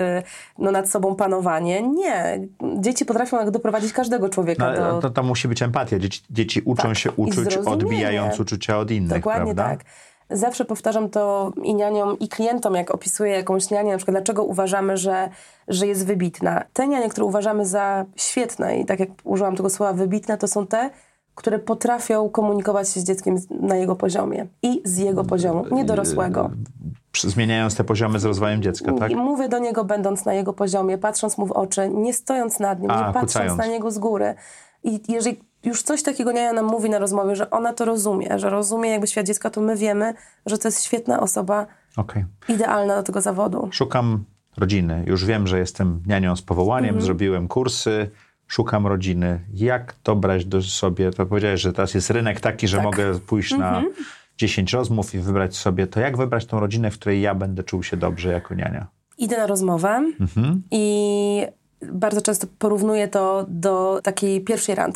no, nad sobą panowanie. Nie. Dzieci potrafią jak doprowadzić każdego człowieka no, do... To, to musi być empatia. Dzieci, dzieci uczą tak, się uczuć, odbijając uczucia od innych, Dokładnie prawda? tak. Zawsze powtarzam to i nianiom, i klientom, jak opisuję jakąś nianię, na przykład dlaczego uważamy, że, że jest wybitna. Te nianie, które uważamy za świetne i tak jak użyłam tego słowa wybitne, to są te, które potrafią komunikować się z dzieckiem na jego poziomie i z jego poziomu, nie dorosłego. Zmieniając te poziomy z rozwojem dziecka, tak? I mówię do niego będąc na jego poziomie, patrząc mu w oczy, nie stojąc nad nim, A, nie patrząc kucając. na niego z góry. I jeżeli już coś takiego niania nam mówi na rozmowie, że ona to rozumie, że rozumie jakby świat dziecka, to my wiemy, że to jest świetna osoba, okay. idealna do tego zawodu. Szukam rodziny. Już wiem, że jestem nianią z powołaniem, mhm. zrobiłem kursy, szukam rodziny. Jak dobrać do sobie? To powiedziałeś, że teraz jest rynek taki, że tak. mogę pójść mhm. na dziesięć rozmów i wybrać sobie. To jak wybrać tą rodzinę, w której ja będę czuł się dobrze jako niania? Idę na rozmowę mhm. i bardzo często porównuję to do takiej pierwszej randki.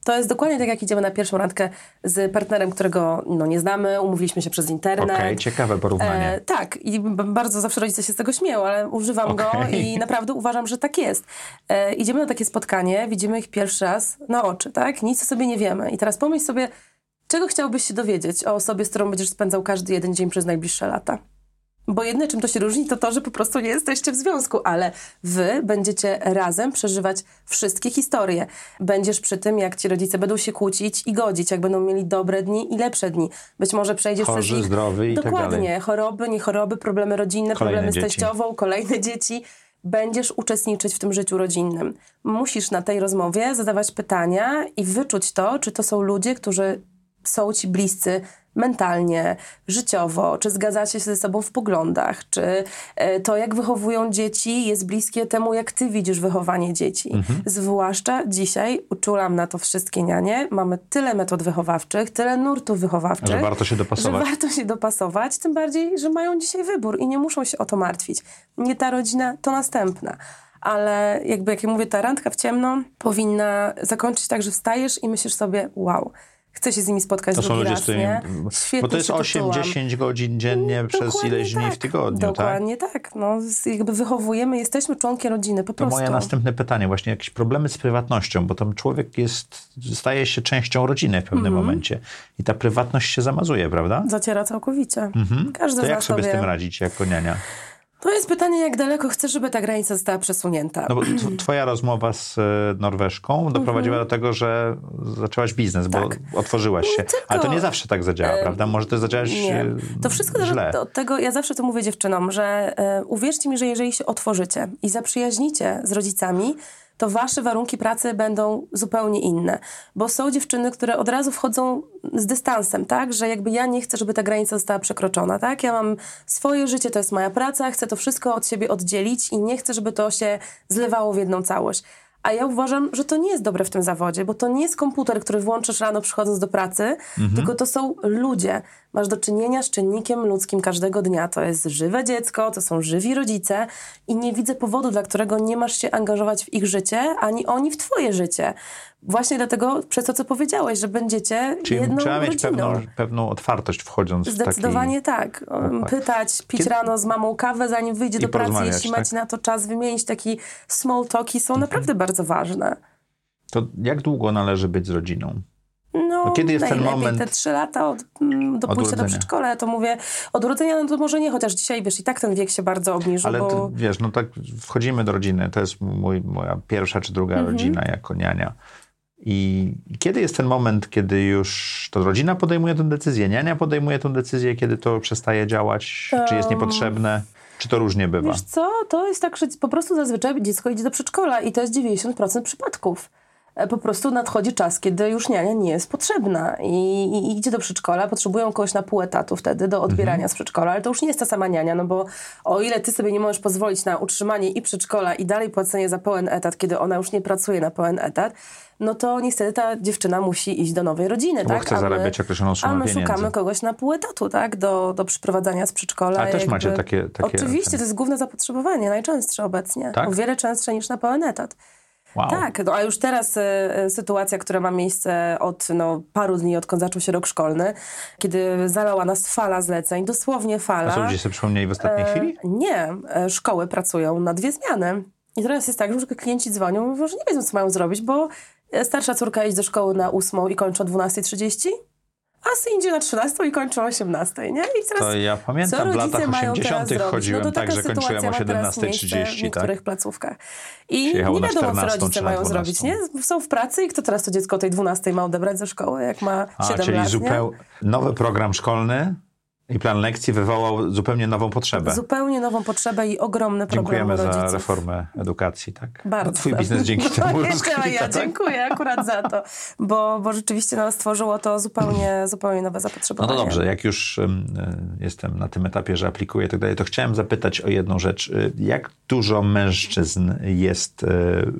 To jest dokładnie tak, jak idziemy na pierwszą randkę z partnerem, którego no, nie znamy, umówiliśmy się przez internet. Okej, okay, ciekawe porównanie. E, tak, i b- bardzo zawsze rodzice się z tego śmieją, ale używam okay. go i naprawdę uważam, że tak jest. E, idziemy na takie spotkanie, widzimy ich pierwszy raz na oczy, tak? Nic o sobie nie wiemy. I teraz pomyśl sobie, czego chciałbyś się dowiedzieć o osobie, z którą będziesz spędzał każdy jeden dzień przez najbliższe lata? Bo jedyne, czym to się różni, to to, że po prostu nie jesteście w związku, ale wy będziecie razem przeżywać wszystkie historie. Będziesz przy tym, jak ci rodzice będą się kłócić i godzić, jak będą mieli dobre dni i lepsze dni. Być może przejdziesz Chorzy, przez ich... zdrowy i Dokładnie. tak dalej. Choroby, nie choroby, problemy rodzinne, Kolejne problemy dzieci. z teściową, kolejne dzieci. Będziesz uczestniczyć w tym życiu rodzinnym. Musisz na tej rozmowie zadawać pytania i wyczuć to, czy to są ludzie, którzy są ci bliscy mentalnie, życiowo, czy zgadzacie się ze sobą w poglądach, czy to, jak wychowują dzieci, jest bliskie temu, jak ty widzisz wychowanie dzieci. Mhm. Zwłaszcza dzisiaj uczulam na to wszystkie nianie. Mamy tyle metod wychowawczych, tyle nurtów wychowawczych, że warto się dopasować. Że warto się dopasować, tym bardziej, że mają dzisiaj wybór i nie muszą się o to martwić. Nie ta rodzina, to następna. Ale jakby, jak ja mówię, ta randka w ciemno powinna zakończyć tak, że wstajesz i myślisz sobie, wow, chcę się z nimi spotkać to drugi ludzie, raz, którym, nie? Świetnie bo to jest osiem dziesięć godzin dziennie Dokładnie przez ileś dni tak. w tygodniu, Dokładnie tak? tak. No, jakby wychowujemy, jesteśmy członkiem rodziny, po to prostu. To moje następne pytanie, właśnie jakieś problemy z prywatnością, bo tam człowiek jest, staje się częścią rodziny w pewnym mm-hmm. momencie i ta prywatność się zamazuje, prawda? Zaciera całkowicie. Mm-hmm. Każdy to z jak nas sobie wie. z tym radzić jako niania? To jest pytanie, jak daleko chcesz, żeby ta granica została przesunięta. No bo t- twoja rozmowa z Norweszką doprowadziła mm-hmm. do tego, że zaczęłaś biznes, bo tak. otworzyłaś się. Tylko, ale to nie zawsze tak zadziała, e... prawda? Może to zadziałaś nie. To wszystko zależy od tego, ja zawsze to mówię dziewczynom, że e, uwierzcie mi, że jeżeli się otworzycie i zaprzyjaźnicie z rodzicami, to wasze warunki pracy będą zupełnie inne. Bo są dziewczyny, które od razu wchodzą z dystansem, tak? Że jakby ja nie chcę, żeby ta granica została przekroczona, tak? Ja mam swoje życie, to jest moja praca, chcę to wszystko od siebie oddzielić i nie chcę, żeby to się zlewało w jedną całość. A ja uważam, że to nie jest dobre w tym zawodzie, bo to nie jest komputer, który włączysz rano przychodząc do pracy, mhm. tylko to są ludzie. Masz do czynienia z czynnikiem ludzkim każdego dnia. To jest żywe dziecko, to są żywi rodzice i nie widzę powodu, dla którego nie masz się angażować w ich życie, ani oni w twoje życie. Właśnie dlatego, przez to, co powiedziałeś, że będziecie Czyli jedną trzeba mieć rodziną. pewną, pewną otwartość wchodząc Zdecydowanie w taki... tak. Pytać, pić Kiedy... rano z mamą kawę, zanim wyjdzie I do pracy, jeśli tak? macie na to czas, wymienić taki small talki są mhm. naprawdę bardzo ważne. To jak długo należy być z rodziną? No, no kiedy jest ten moment? Te trzy lata od, mm, do od pójścia urodzenia. do przedszkola, ja to mówię, od urodzenia no to może nie, chociaż dzisiaj, wiesz, i tak ten wiek się bardzo obniżył, Ale bo... ty, wiesz, no tak wchodzimy do rodziny, to jest mój, moja pierwsza czy druga mhm. rodzina jako niania. I kiedy jest ten moment, kiedy już to rodzina podejmuje tę decyzję, niania podejmuje tę decyzję, kiedy to przestaje działać, um, czy jest niepotrzebne, czy to różnie bywa? Wiesz co, to jest tak, że po prostu zazwyczaj dziecko idzie do przedszkola i to jest dziewięćdziesiąt procent przypadków. Po prostu nadchodzi czas, kiedy już niania nie jest potrzebna i, i idzie do przedszkola, potrzebują kogoś na pół etatu wtedy do odbierania mhm. z przedszkola, ale to już nie jest ta sama niania, no bo o ile ty sobie nie możesz pozwolić na utrzymanie i przedszkola i dalej płacenie za pełen etat, kiedy ona już nie pracuje na pełen etat, no to niestety ta dziewczyna musi iść do nowej rodziny, bo tak? chce zarabiać określoną sumę A my pieniędzy. szukamy kogoś na pół etatu, tak? Do, do przyprowadzenia z przedszkola. Ale też jakby... macie takie... takie Oczywiście, to jest główne zapotrzebowanie, najczęstsze obecnie. Tak? O wiele częstsze niż na pełen etat. Wow. Tak, no, a już teraz y, y, sytuacja, która ma miejsce od no, paru dni, odkąd zaczął się rok szkolny, kiedy zalała nas fala zleceń, dosłownie fala. A co, ludzie sobie przypomnieli w ostatniej e, chwili? Nie, e, szkoły pracują na dwie zmiany. I teraz jest tak, że klienci dzwonią, mówią, że nie wiedzą, co mają zrobić, bo starsza córka idzie do szkoły na ósmą i kończy o dwunasta trzydzieści, a syn idzie na trzynastą i kończy o osiemnastej, nie? I teraz, to ja pamiętam, w latach osiemdziesiątych chodziłem no tak, że kończyłem o siedemnasta trzydzieści. W niektórych tak? placówkach. I Przyjechało nie wiadomo, czternastą, co rodzice mają zrobić, nie? Są w pracy i kto teraz to dziecko o tej dwunastej ma odebrać ze szkoły, jak ma a, siedem czyli lat, zupeł... nowy program szkolny i plan lekcji wywołał zupełnie nową potrzebę. Zupełnie nową potrzebę i ogromny problem Dziękujemy rodziców. za reformę edukacji, tak? Bardzo. No, twój biznes dzięki temu rozkwita, Ja tak? dziękuję akurat za to, bo, bo rzeczywiście nas stworzyło to zupełnie, zupełnie nowe zapotrzebowanie. No to dobrze, jak już um, jestem na tym etapie, że aplikuję i tak dalej, to chciałem zapytać o jedną rzecz. Jak dużo mężczyzn jest y,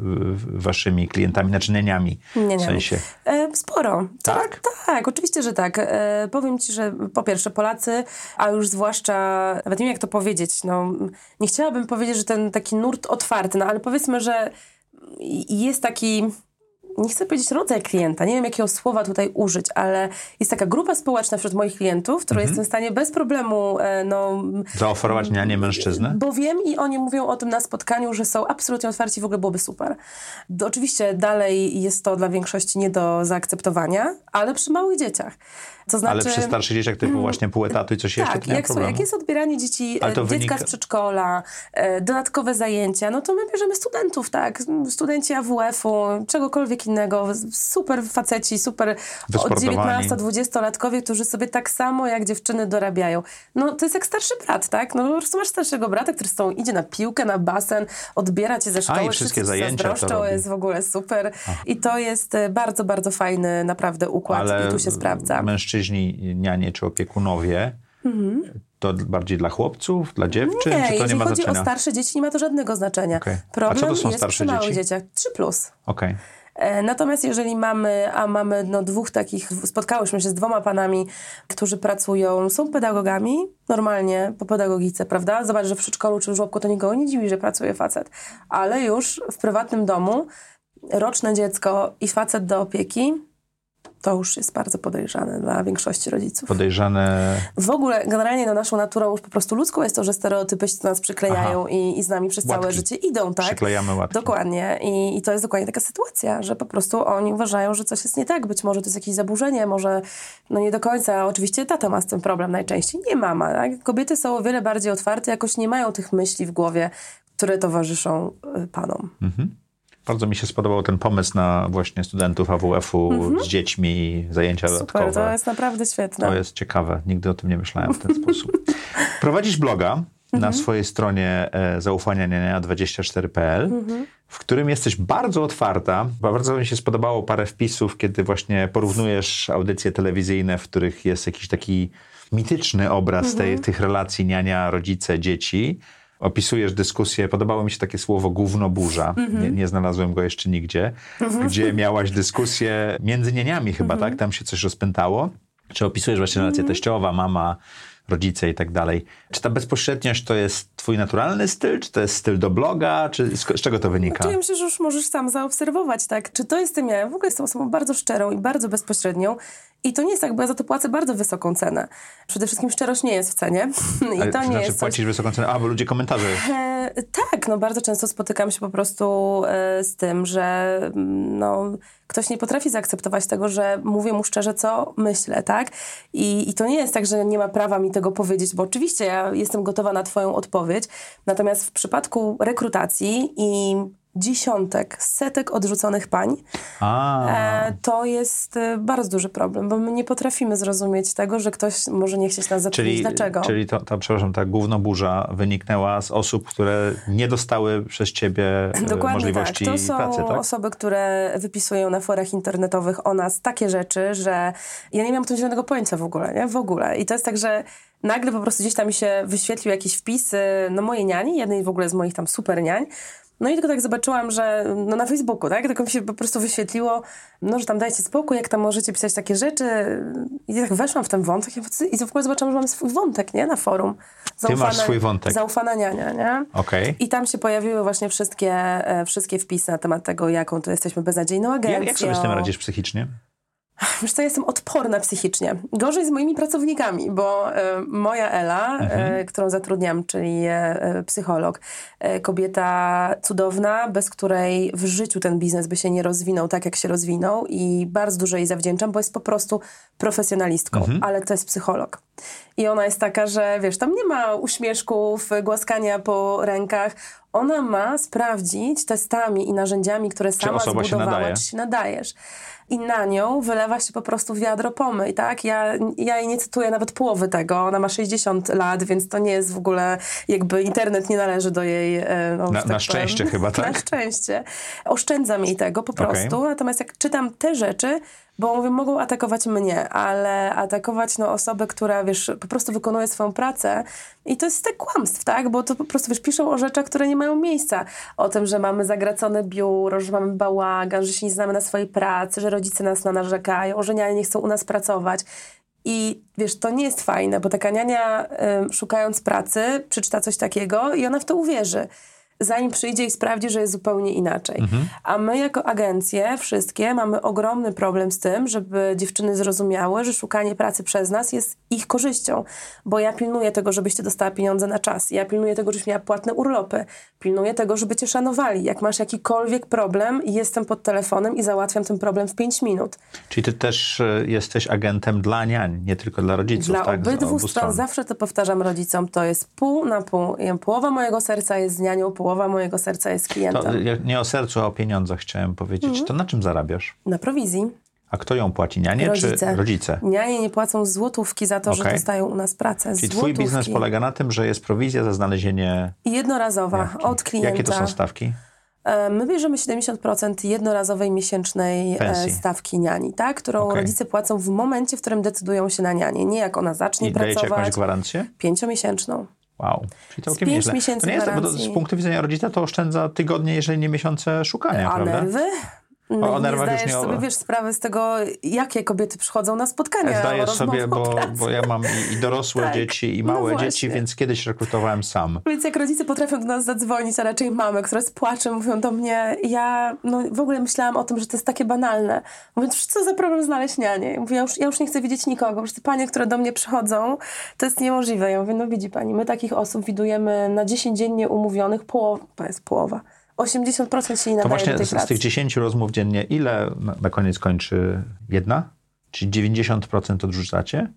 waszymi klientami, znaczy nieniami? Nieniami. W sensie? E, sporo. Tak? Tak, oczywiście, że tak. E, powiem ci, że po pierwsze Polacy, a już zwłaszcza, nawet nie wiem jak to powiedzieć, no nie chciałabym powiedzieć, że ten taki nurt otwarty, no ale powiedzmy, że jest taki nie chcę powiedzieć rodzaj klienta, nie wiem jakiego słowa tutaj użyć, ale jest taka grupa społeczna wśród moich klientów, którą mhm. jestem w stanie bez problemu no, zaoferować nianię mężczyznę? Bo wiem i oni mówią o tym na spotkaniu, że są absolutnie otwarci, w ogóle byłoby super. Do, oczywiście dalej jest to dla większości nie do zaakceptowania, ale przy małych dzieciach. To znaczy, ale przy starszych dzieciach typu właśnie pół etatu i coś tak, jeszcze, to nie ma jak, problemu? jak jest odbieranie dzieci, dziecka wynika... z przedszkola, e, dodatkowe zajęcia, no to my bierzemy studentów, tak, studenci A W F-u, czegokolwiek innego, super faceci, super od dziewiętnasto-dwudziestolatkowie, którzy sobie tak samo jak dziewczyny dorabiają. No to jest jak starszy brat, tak, no po prostu masz starszego brata, który z tą idzie na piłkę, na basen, odbiera cię ze szkoły, A, i wszystkie zajęcia to jest w ogóle super. A. I to jest bardzo, bardzo fajny naprawdę układ. Ale i tu się sprawdza. Mężczyźni, nianie czy opiekunowie, mhm. to bardziej dla chłopców, dla dziewczyn? Nie, czy to jeżeli nie ma chodzi znaczenia? o starsze dzieci, nie ma to żadnego znaczenia. Okay. Problem A co to są jest starsze przy małych dzieci? dzieciach. trzy plus. Okej. Okay. Natomiast jeżeli mamy, a mamy no dwóch takich, spotkałyśmy się z dwoma panami, którzy pracują, są pedagogami, normalnie po pedagogice, prawda? Zobacz, że w przedszkolu czy w żłobku to nikogo nie dziwi, że pracuje facet. Ale już w prywatnym domu roczne dziecko i facet do opieki, to już jest bardzo podejrzane dla większości rodziców. Podejrzane... W ogóle generalnie no, naszą naturą już po prostu ludzką jest to, że stereotypy się do nas przyklejają i, i z nami przez łatki. Całe życie idą, tak? Przyklejamy łatki. Dokładnie. I, I to jest dokładnie taka sytuacja, że po prostu oni uważają, że coś jest nie tak. Być może to jest jakieś zaburzenie, może no nie do końca. Oczywiście tata ma z tym problem najczęściej, nie mama. Tak? Kobiety są o wiele bardziej otwarte, jakoś nie mają tych myśli w głowie, które towarzyszą y, panom. Mhm. Bardzo mi się spodobał ten pomysł na właśnie studentów A W F-u mm-hmm. z dziećmi, zajęcia Super, dodatkowe. To jest naprawdę świetne. To jest ciekawe. Nigdy o tym nie myślałem w ten sposób. Prowadzisz bloga mm-hmm. na swojej stronie e, zaufania niania dwadzieścia cztery kropka p l, mm-hmm. w którym jesteś bardzo otwarta. Bardzo mi się spodobało parę wpisów, kiedy właśnie porównujesz audycje telewizyjne, w których jest jakiś taki mityczny obraz mm-hmm. tej, tych relacji niania, rodzice, dzieci. Opisujesz dyskusję, podobało mi się takie słowo gównoburza, mm-hmm. nie, nie znalazłem go jeszcze nigdzie, mm-hmm. gdzie miałaś dyskusję między nieniami chyba, mm-hmm. tak? Tam się coś rozpętało. Czy opisujesz właśnie relację mm-hmm. teściowa, mama, rodzice i tak dalej. Czy ta bezpośredniość to jest twój naturalny styl, czy to jest styl do bloga, czy z, z czego to wynika? Znaczy, ja myślę, że już możesz sam zaobserwować, tak? Czy to jestem ja? Ja w ogóle jestem osobą bardzo szczerą i bardzo bezpośrednią. I to nie jest tak, bo ja za to płacę bardzo wysoką cenę. Przede wszystkim szczerość nie jest w cenie. I Ale to nie znaczy jest płacisz coś... wysoką cenę? A, bo ludzie komentarze. E, tak, no bardzo często spotykam się po prostu e, z tym, że no, ktoś nie potrafi zaakceptować tego, że mówię mu szczerze, co myślę, tak? I, I to nie jest tak, że nie ma prawa mi tego powiedzieć, bo oczywiście ja jestem gotowa na twoją odpowiedź. Natomiast w przypadku rekrutacji i dziesiątek, setek odrzuconych pań, e, to jest e, bardzo duży problem, bo my nie potrafimy zrozumieć tego, że ktoś może nie chcieć nas zatrudnić. Czyli, Dlaczego? Czyli to, ta, przepraszam, ta gównoburza wyniknęła z osób, które nie dostały przez ciebie Dokładnie możliwości tak. To są pracy, tak? osoby, które wypisują na forach internetowych o nas takie rzeczy, że ja nie miałam tu zielonego pojęcia w ogóle, nie? W ogóle. I to jest tak, że nagle po prostu gdzieś tam mi się wyświetlił jakiś wpis, no mojej niani, jednej w ogóle z moich tam super niań. No i tylko tak zobaczyłam, że no na Facebooku, tak? Tylko mi się po prostu wyświetliło, no, że tam dajcie spokój, jak tam możecie pisać takie rzeczy. I tak weszłam w ten wątek i w ogóle zobaczyłam, że mamy swój wątek, nie? Na forum. Zaufana, Ty masz swój wątek. Zaufana niania, nie? Okay. I tam się pojawiły właśnie wszystkie, e, wszystkie wpisy na temat tego, jaką to jesteśmy beznadziejną agencją. Jak, jak sobie z tym radzisz psychicznie? Wiesz co, ja jestem odporna psychicznie. Gorzej z moimi pracownikami, bo e, moja Ela, mhm. e, którą zatrudniam, czyli e, psycholog, e, kobieta cudowna, bez której w życiu ten biznes by się nie rozwinął tak, jak się rozwinął i bardzo dużo jej zawdzięczam, bo jest po prostu profesjonalistką, mhm. ale to jest psycholog. I ona jest taka, że wiesz, tam nie ma uśmieszków, głaskania po rękach. Ona ma sprawdzić testami i narzędziami, które sama zbudowała, czy się nadajesz. I na nią wylewa się po prostu wiadro pomyj, tak? Ja, ja jej nie cytuję nawet połowy tego. Ona ma sześćdziesiąt lat, więc to nie jest w ogóle jakby internet nie należy do jej... No, na tak na szczęście powiem. chyba, tak? Na szczęście. Oszczędzam jej tego po prostu. Okay. Natomiast jak czytam te rzeczy, bo mówię, mogą atakować mnie, ale atakować no, osobę, która, wiesz, po prostu wykonuje swoją pracę i to jest te kłamstw, tak? Bo to po prostu, wiesz, piszą o rzeczach, które nie mają miejsca. O tym, że mamy zagracone biuro, że mamy bałagan, że się nie znamy na swojej pracy, że rodzice nas na narzekają, że nianie nie chcą u nas pracować. I wiesz, to nie jest fajne, bo taka niania y, szukając pracy przeczyta coś takiego i ona w to uwierzy. zanim przyjdzie i sprawdzi, że jest zupełnie inaczej. Mhm. A my jako agencje wszystkie mamy ogromny problem z tym, żeby dziewczyny zrozumiały, że szukanie pracy przez nas jest ich korzyścią. Bo ja pilnuję tego, żebyś ty dostała pieniądze na czas. Ja pilnuję tego, żebyś miała płatne urlopy. Pilnuję tego, żeby cię szanowali. Jak masz jakikolwiek problem, jestem pod telefonem i załatwiam ten problem w pięć minut. Czyli ty też jesteś agentem dla niań, nie tylko dla rodziców, Dla tak? obydwu stron. Zawsze to powtarzam rodzicom. To jest pół na pół. Połowa mojego serca jest z nianią, połowa mojego serca jest klientem. To nie o sercu, a o pieniądzach chciałem powiedzieć. Mhm. To na czym zarabiasz? Na prowizji. A kto ją płaci? Nianie rodzice. czy rodzice? Nianie nie płacą złotówki za to, okay. że dostają u nas pracę. Czyli złotówki. twój biznes polega na tym, że jest prowizja za znalezienie... Jednorazowa jawki. Od klienta. Jakie to są stawki? My bierzemy siedemdziesiąt procent jednorazowej miesięcznej Pensji. stawki niani, tak? którą okay. rodzice płacą w momencie, w którym decydują się na nianię. Nie jak ona zacznie I pracować. I dajecie jakąś gwarancję? Pięciomiesięczną. Wow, czyli całkiem z pięć nieźle. miesięcy to nie jest, gwarancji. Bo to z punktu widzenia rodzica to oszczędza tygodnie, jeżeli nie miesiące szukania, A prawda? nerwy? No o, o nie zdajesz nie sobie, wiesz, sprawy z tego, jakie kobiety przychodzą na spotkania. Zdaję sobie, bo, bo ja mam i, i dorosłe tak. dzieci, i No małe właśnie. dzieci, więc kiedyś rekrutowałem sam. Więc jak rodzice potrafią do nas zadzwonić, a raczej mamy, które z płaczem mówią do mnie, ja no, w ogóle myślałam o tym, że to jest takie banalne. Mówię, co za problem znaleźć nianię? Mówię, ja już, ja już nie chcę widzieć nikogo, przecież te panie, które do mnie przychodzą, to jest niemożliwe. Ja mówię, no widzi pani, my takich osób widujemy na dziesięć dziennie umówionych, połowa, to jest połowa. osiemdziesiąt procent się nie nadaje to właśnie do tej z, pracy. z tych dziesięciu rozmów dziennie, ile na, na koniec kończy jedna? Czyli dziewięćdziesiąt procent odrzucacie?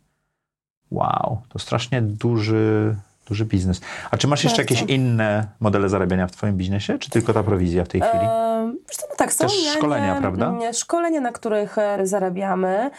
Wow, to strasznie duży, duży biznes. A czy masz jeszcze Bardzo. jakieś inne modele zarabiania w twoim biznesie, czy tylko ta prowizja w tej chwili? Eee, no tak, są Też nianie, szkolenia, prawda? Szkolenia, na których zarabiamy.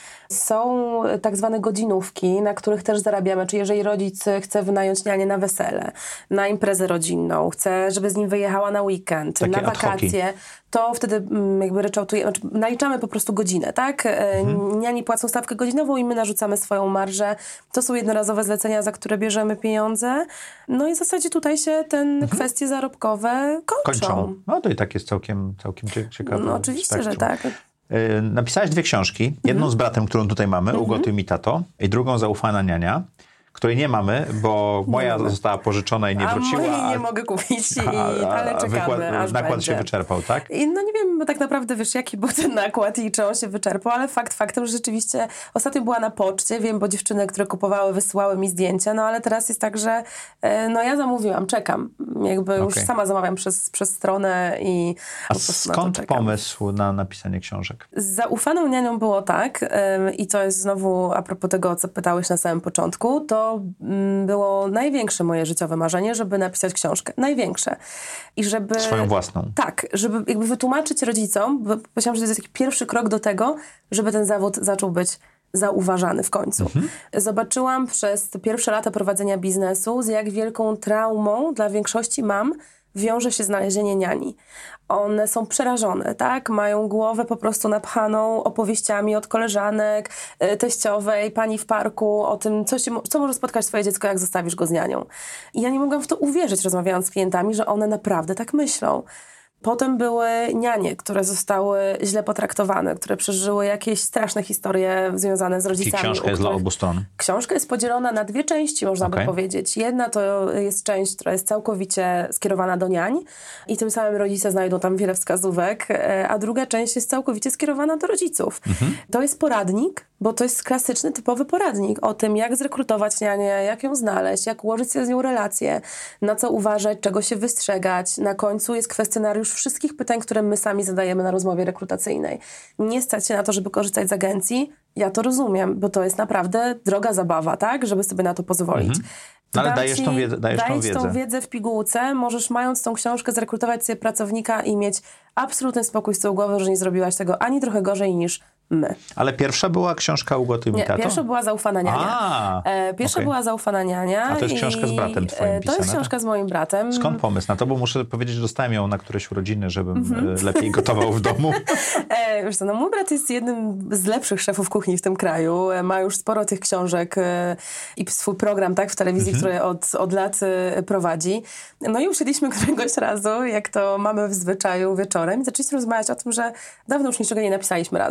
Są tak zwane godzinówki, na których też zarabiamy. Czyli jeżeli rodzic chce wynająć nianię na wesele, na imprezę rodzinną, chce, żeby z nim wyjechała na weekend, Takie na wakacje, to wtedy mm, jakby ryczałtujemy, znaczy naliczamy po prostu godzinę, tak? Mhm. Niani płacą stawkę godzinową i my narzucamy swoją marżę. To są jednorazowe zlecenia, za które bierzemy pieniądze. No i w zasadzie tutaj się te mhm. kwestie zarobkowe kończą. Kończą. No to i tak jest całkiem, całkiem ciekawe. No oczywiście, spektrum. że tak. Yy, napisałaś dwie książki. Jedną mm-hmm. z bratem, którą tutaj mamy, mm-hmm. Ugotuj mi tato, i drugą Zaufana niania, której nie mamy, bo nie moja mamy. została pożyczona i nie a wróciła. A mojej nie mogę kupić, i, a, a, ale czekamy, wykład, aż nakład będzie. się wyczerpał, tak? I no nie wiem tak naprawdę, wiesz, jaki był ten nakład i czy on się wyczerpał, ale fakt faktem, że rzeczywiście ostatnio była na poczcie, wiem, bo dziewczyny, które kupowały, wysyłały mi zdjęcia, no ale teraz jest tak, że no ja zamówiłam, czekam. Jakby okay. już sama zamawiam przez, przez stronę i A po prostu skąd na to pomysł na napisanie książek? Z Zaufaną nianią było tak, ym, i to jest znowu a propos tego, co pytałeś na samym początku, to ym, było największe moje życiowe marzenie, żeby napisać książkę. Największe. I żeby... Swoją własną. Tak, żeby jakby wytłumaczyć rodzicom, bo powiedziałam, że to jest taki pierwszy krok do tego, żeby ten zawód zaczął być zauważany w końcu. Mhm. Zobaczyłam przez te pierwsze lata prowadzenia biznesu, z jak wielką traumą dla większości mam wiąże się znalezienie niani. One są przerażone, tak? Mają głowę po prostu napchaną opowieściami od koleżanek, teściowej, pani w parku, o tym, co, się, co może spotkać twoje dziecko, jak zostawisz go z nianią. I ja nie mogłam w to uwierzyć, rozmawiając z klientami, że one naprawdę tak myślą. Potem były nianie, które zostały źle potraktowane, które przeżyły jakieś straszne historie związane z rodzicami. Czyli książka jest dla obu stron? Książka jest podzielona na dwie części, można okay. by powiedzieć. Jedna to jest część, która jest całkowicie skierowana do niań i tym samym rodzice znajdą tam wiele wskazówek, a druga część jest całkowicie skierowana do rodziców. Mhm. To jest poradnik, bo to jest klasyczny, typowy poradnik o tym, jak zrekrutować nianię, jak ją znaleźć, jak ułożyć sobie z nią relacje, na co uważać, czego się wystrzegać. Na końcu jest kwestionariusz wszystkich pytań, które my sami zadajemy na rozmowie rekrutacyjnej. Nie stać się na to, żeby korzystać z agencji. Ja to rozumiem, bo to jest naprawdę droga zabawa, tak? Żeby sobie na to pozwolić. Mhm. No, ale dajesz tą wiedzę. Dajesz dajesz tą wiedzę. tą wiedzę w pigułce. Możesz, mając tą książkę, zrekrutować sobie pracownika i mieć absolutny spokój z tyłu głowy, że nie zrobiłaś tego ani trochę gorzej niż my. Ale pierwsza była książka Ugotuj mi Nie, tato? pierwsza była Zaufana niania. A, e, pierwsza okay. była Zaufana niania. A to jest książka z bratem twoim e, pisana? To jest książka z moim bratem. Skąd pomysł na to? Bo muszę powiedzieć, że dostałem ją na któreś urodziny, żebym mm-hmm. lepiej gotował w domu. e, wiesz co, no, mój brat jest jednym z lepszych szefów kuchni w tym kraju. Ma już sporo tych książek e, i swój program, tak, w telewizji, mm-hmm. który od, od lat e, prowadzi. No i usiedliśmy któregoś razu, jak to mamy w zwyczaju, wieczorem i zaczęliśmy rozmawiać o tym, że dawno już niczego nie napisaliśmy razem.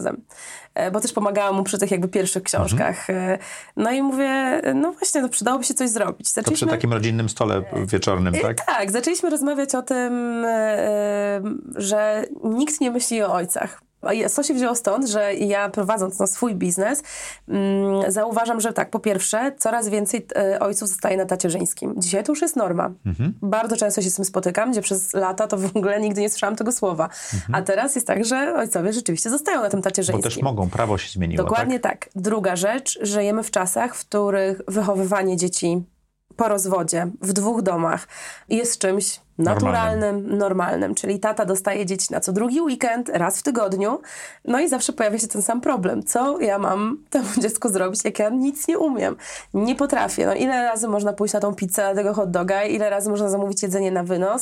bo też pomagałam mu przy tych jakby pierwszych książkach. Mhm. No i mówię, no właśnie, no przydałoby się coś zrobić. Zaczęliśmy... To przy takim rodzinnym stole wieczornym, tak? Tak, zaczęliśmy rozmawiać o tym, że nikt nie myśli o ojcach. To się wzięło stąd, że ja prowadząc no, swój biznes mm, zauważam, że tak, po pierwsze coraz więcej e, ojców zostaje na tacierzyńskim. Dzisiaj to już jest norma. Mhm. Bardzo często się z tym spotykam, gdzie przez lata to w ogóle nigdy nie słyszałam tego słowa. Mhm. A teraz jest tak, że ojcowie rzeczywiście zostają na tym tacierzyńskim. Bo też mogą, prawo się zmieniło. Dokładnie tak. tak. Druga rzecz, żyjemy w czasach, w których wychowywanie dzieci po rozwodzie, w dwóch domach jest czymś naturalnym, normalnym. normalnym. Czyli tata dostaje dzieci na co drugi weekend, raz w tygodniu. No i zawsze pojawia się ten sam problem. Co ja mam temu dziecku zrobić, jak ja nic nie umiem? Nie potrafię. No ile razy można pójść na tą pizzę, na tego hot doga, ile razy można zamówić jedzenie na wynos.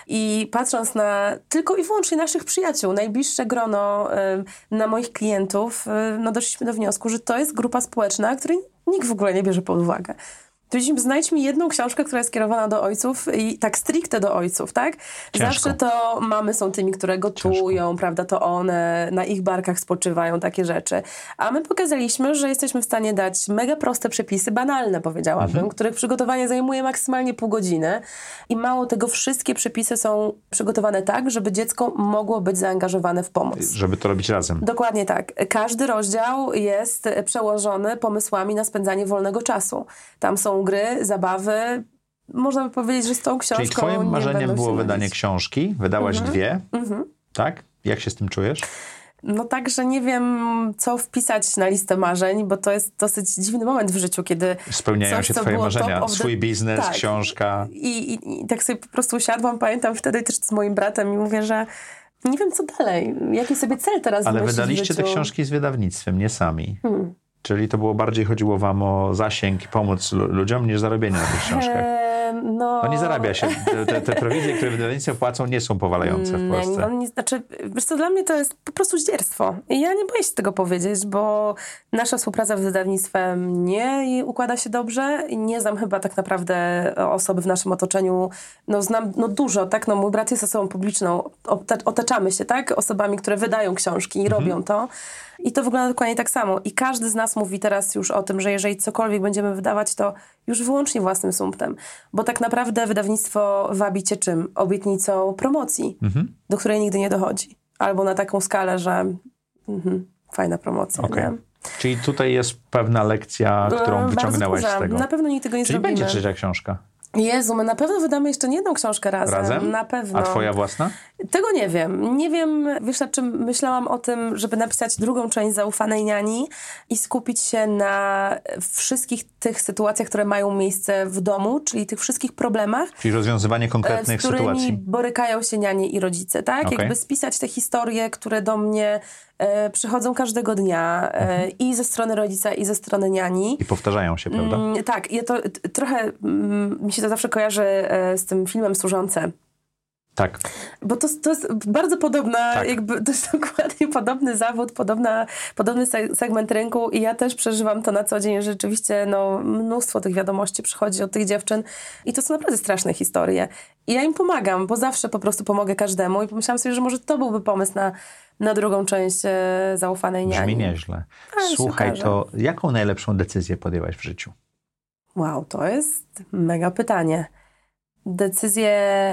I patrząc na tylko i wyłącznie naszych przyjaciół, najbliższe grono y, na moich klientów, y, no doszliśmy do wniosku, że to jest grupa społeczna, której nikt w ogóle nie bierze pod uwagę. Powiedzieliśmy, znajdź mi jedną książkę, która jest skierowana do ojców i tak stricte do ojców, tak? Ciężko. Zawsze to mamy są tymi, które gotują, Ciężko. prawda? To one, na ich barkach spoczywają takie rzeczy. A my pokazaliśmy, że jesteśmy w stanie dać mega proste przepisy, banalne powiedziałabym, mhm. których przygotowanie zajmuje maksymalnie pół godziny. I mało tego, wszystkie przepisy są przygotowane tak, żeby dziecko mogło być zaangażowane w pomoc. Żeby to robić razem. Dokładnie tak. Każdy rozdział jest przełożony pomysłami na spędzanie wolnego czasu. Tam są gry, zabawy. Można by powiedzieć, że z tą książką Czyli twoim marzeniem było wydanie mylić. książki, wydałaś mhm. dwie, mhm. tak? Jak się z tym czujesz? No tak, że nie wiem, co wpisać na listę marzeń, bo to jest dosyć dziwny moment w życiu, kiedy spełniają coś, się co twoje było marzenia. top of the... Swój biznes, tak. książka. I, i, I tak sobie po prostu usiadłam, pamiętam wtedy też z moim bratem i mówię, że nie wiem, co dalej. Jaki sobie cel teraz Ale wymyślić wydaliście w życiu? te książki z wydawnictwem, nie sami. Hmm. Czyli to było bardziej chodziło wam o zasięg i pomoc ludziom niż zarobienie na tych książkach. Eee, no... no nie zarabia się. Te, te prowizje, które wydawnictwo płacą, nie są powalające w Polsce. No, nie, znaczy, wiesz co, dla mnie to jest po prostu zdzierstwo. I ja nie boję się tego powiedzieć, bo nasza współpraca z wydawnictwem nie układa się dobrze. Nie znam chyba tak naprawdę osoby w naszym otoczeniu. No znam no, dużo, tak? No, mój brat jest osobą publiczną. Otaczamy się, tak? Osobami, które wydają książki i mhm. robią to. I to wygląda dokładnie tak samo. I każdy z nas mówi teraz już o tym, że jeżeli cokolwiek będziemy wydawać, to już wyłącznie własnym sumptem. Bo tak naprawdę wydawnictwo wabi cię czym? Obietnicą promocji, mhm. do której nigdy nie dochodzi. Albo na taką skalę, że mhm, fajna promocja. Okay. Nie? Czyli tutaj jest pewna lekcja, którą no, wyciągnęłaś z tego. Na pewno nikt tego nie Czyli zrobimy. będzie trzecia książka. Jezu, my na pewno wydamy jeszcze nie jedną książkę razem. Razem? Na pewno. A twoja własna? Tego nie wiem. Nie wiem, wiesz nad czym myślałam o tym, żeby napisać drugą część Zaufanej Niani i skupić się na wszystkich tych sytuacjach, które mają miejsce w domu, czyli tych wszystkich problemach. Czyli rozwiązywanie konkretnych z którymi sytuacji. borykają się nianie i rodzice, tak? Okay. Jakby spisać te historie, które do mnie e, przychodzą każdego dnia e, mhm. i ze strony rodzica, i ze strony niani. I powtarzają się, prawda? Mm, tak. Ja to t- trochę mm, mi się to zawsze kojarzy e, z tym filmem Służące. Tak. Bo to, to jest bardzo podobna, tak. jakby to jest dokładnie podobny zawód, podobna, podobny segment rynku i ja też przeżywam to na co dzień. Rzeczywiście no, mnóstwo tych wiadomości przychodzi od tych dziewczyn i to są naprawdę straszne historie. I ja im pomagam, bo zawsze po prostu pomogę każdemu i pomyślałam sobie, że może to byłby pomysł na, na drugą część e, Zaufanej Niani. Brzmi nieźle. Słuchaj, to jaką najlepszą decyzję podjęłaś w życiu? Wow, to jest mega pytanie. Decyzję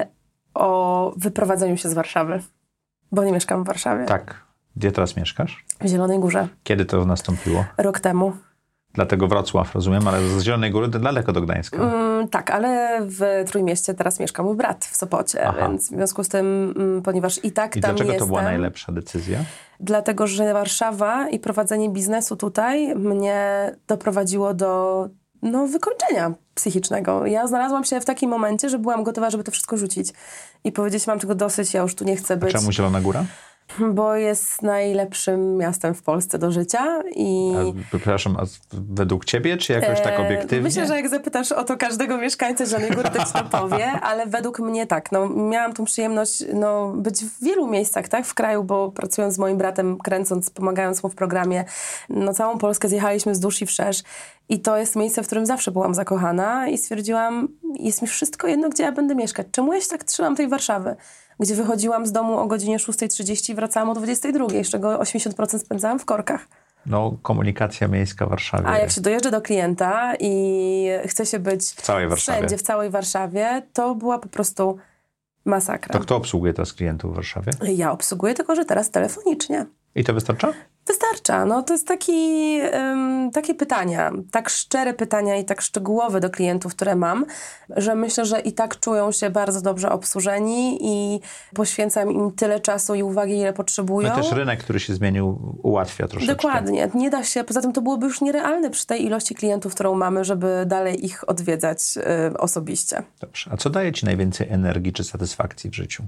o wyprowadzeniu się z Warszawy, bo nie mieszkam w Warszawie. Tak. Gdzie teraz mieszkasz? W Zielonej Górze. Kiedy to nastąpiło? Rok temu. Dlatego Wrocław, rozumiem, ale z Zielonej Góry to daleko do Gdańska. Mm, tak, ale w Trójmieście teraz mieszka mój brat w Sopocie, Aha. więc w związku z tym, mm, ponieważ i tak I tam dlaczego jestem... to była najlepsza decyzja? Dlatego, że Warszawa i prowadzenie biznesu tutaj mnie doprowadziło do no, wykończenia psychicznego. Ja znalazłam się w takim momencie, że byłam gotowa, żeby to wszystko rzucić i powiedzieć, mam tego dosyć, ja już tu nie chcę być. A czemu Zielona Góra? Bo jest najlepszym miastem w Polsce do życia i... A, przepraszam, a według ciebie, czy jakoś tak obiektywnie? Myślę, że jak zapytasz o to każdego mieszkańca Zielonej Góry, to ci to powie, ale według mnie tak. No, miałam tą przyjemność no, być w wielu miejscach tak, w kraju, bo pracując z moim bratem, kręcąc, pomagając mu w programie, no, całą Polskę zjechaliśmy z dusz i wszerz I to jest miejsce, w którym zawsze byłam zakochana i stwierdziłam, jest mi wszystko jedno, gdzie ja będę mieszkać. Czemu ja się tak trzymam tej Warszawy? Gdzie wychodziłam z domu o godzinie szósta trzydzieści i wracałam o dwudziestej drugiej, z czego osiemdziesiąt procent spędzałam w korkach. No, komunikacja miejska w Warszawie. A jak się dojeżdża do klienta i chce się być w całej Warszawie. wszędzie, w całej Warszawie, to była po prostu masakra. To kto obsługuje teraz klientów w Warszawie? Ja obsługuję, tylko że teraz telefonicznie. I to wystarcza? Wystarcza. No, to jest taki, um, takie pytania, tak szczere pytania i tak szczegółowe do klientów, które mam, że myślę, że i tak czują się bardzo dobrze obsłużeni i poświęcam im tyle czasu i uwagi, ile potrzebują. No i też rynek, który się zmienił, ułatwia troszeczkę. Dokładnie. Nie da się, poza tym to byłoby już nierealne przy tej ilości klientów, którą mamy, żeby dalej ich odwiedzać y, osobiście. Dobrze. A co daje ci najwięcej energii czy satysfakcji w życiu?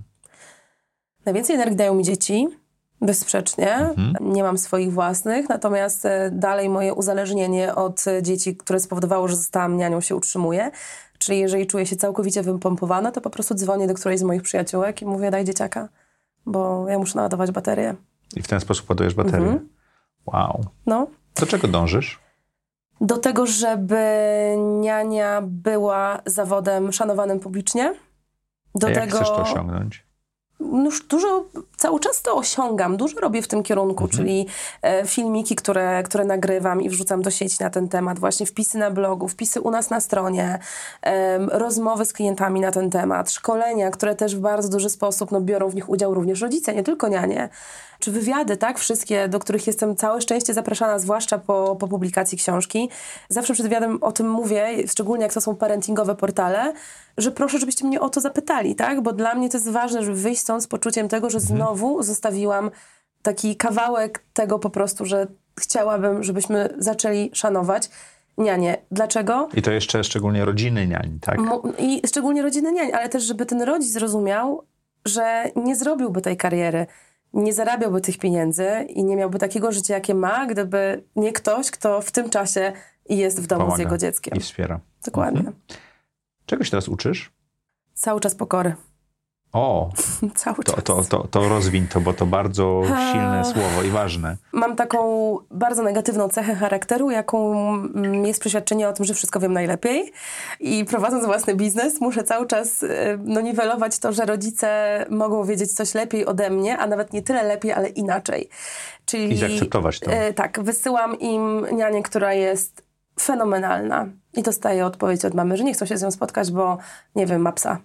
Najwięcej energii dają mi dzieci. Bezsprzecznie. Mhm. Nie mam swoich własnych, natomiast dalej moje uzależnienie od dzieci, które spowodowało, że zostałam nianią, się utrzymuje. Czyli jeżeli czuję się całkowicie wypompowana, to po prostu dzwonię do którejś z moich przyjaciółek i mówię, daj dzieciaka, bo ja muszę naładować baterię. I w ten sposób ładujesz baterię? Mhm. Wow. No. Do czego dążysz? Do tego, żeby niania była zawodem szanowanym publicznie. Do A jak tego... chcesz to osiągnąć? Już dużo, cały czas to osiągam, dużo robię w tym kierunku, mhm. czyli e, filmiki, które, które nagrywam i wrzucam do sieci na ten temat, właśnie wpisy na blogu, wpisy u nas na stronie, e, rozmowy z klientami na ten temat, szkolenia, które też w bardzo duży sposób no, biorą w nich udział również rodzice, nie tylko nianie, czy wywiady, tak, wszystkie, do których jestem całe szczęście zapraszana, zwłaszcza po, po publikacji książki. Zawsze przed wywiadem o tym mówię, szczególnie jak to są parentingowe portale, że proszę, żebyście mnie o to zapytali, tak? Bo dla mnie to jest ważne, żeby wyjść stąd z poczuciem tego, że znowu zostawiłam taki kawałek tego po prostu, że chciałabym, żebyśmy zaczęli szanować nianie. Dlaczego? I to jeszcze szczególnie rodziny niań, tak? I szczególnie rodziny niań, ale też, żeby ten rodzic zrozumiał, że nie zrobiłby tej kariery, nie zarabiałby tych pieniędzy i nie miałby takiego życia, jakie ma, gdyby nie ktoś, kto w tym czasie jest w domu Pomaga. z jego dzieckiem. I wspiera. Dokładnie. Mhm. Czego się teraz uczysz? Cały czas pokory. O, Cały to, czas. To, to, to rozwiń to, bo to bardzo silne słowo i ważne. Mam taką bardzo negatywną cechę charakteru, jaką jest przeświadczenie o tym, że wszystko wiem najlepiej. I prowadząc własny biznes, muszę cały czas no, niwelować to, że rodzice mogą wiedzieć coś lepiej ode mnie, a nawet nie tyle lepiej, ale inaczej. Czyli, I zaakceptować to. E, tak, wysyłam im nianię, która jest fenomenalna. I dostaję odpowiedź od mamy, że nie chcą się z nią spotkać, bo nie wiem, ma psa.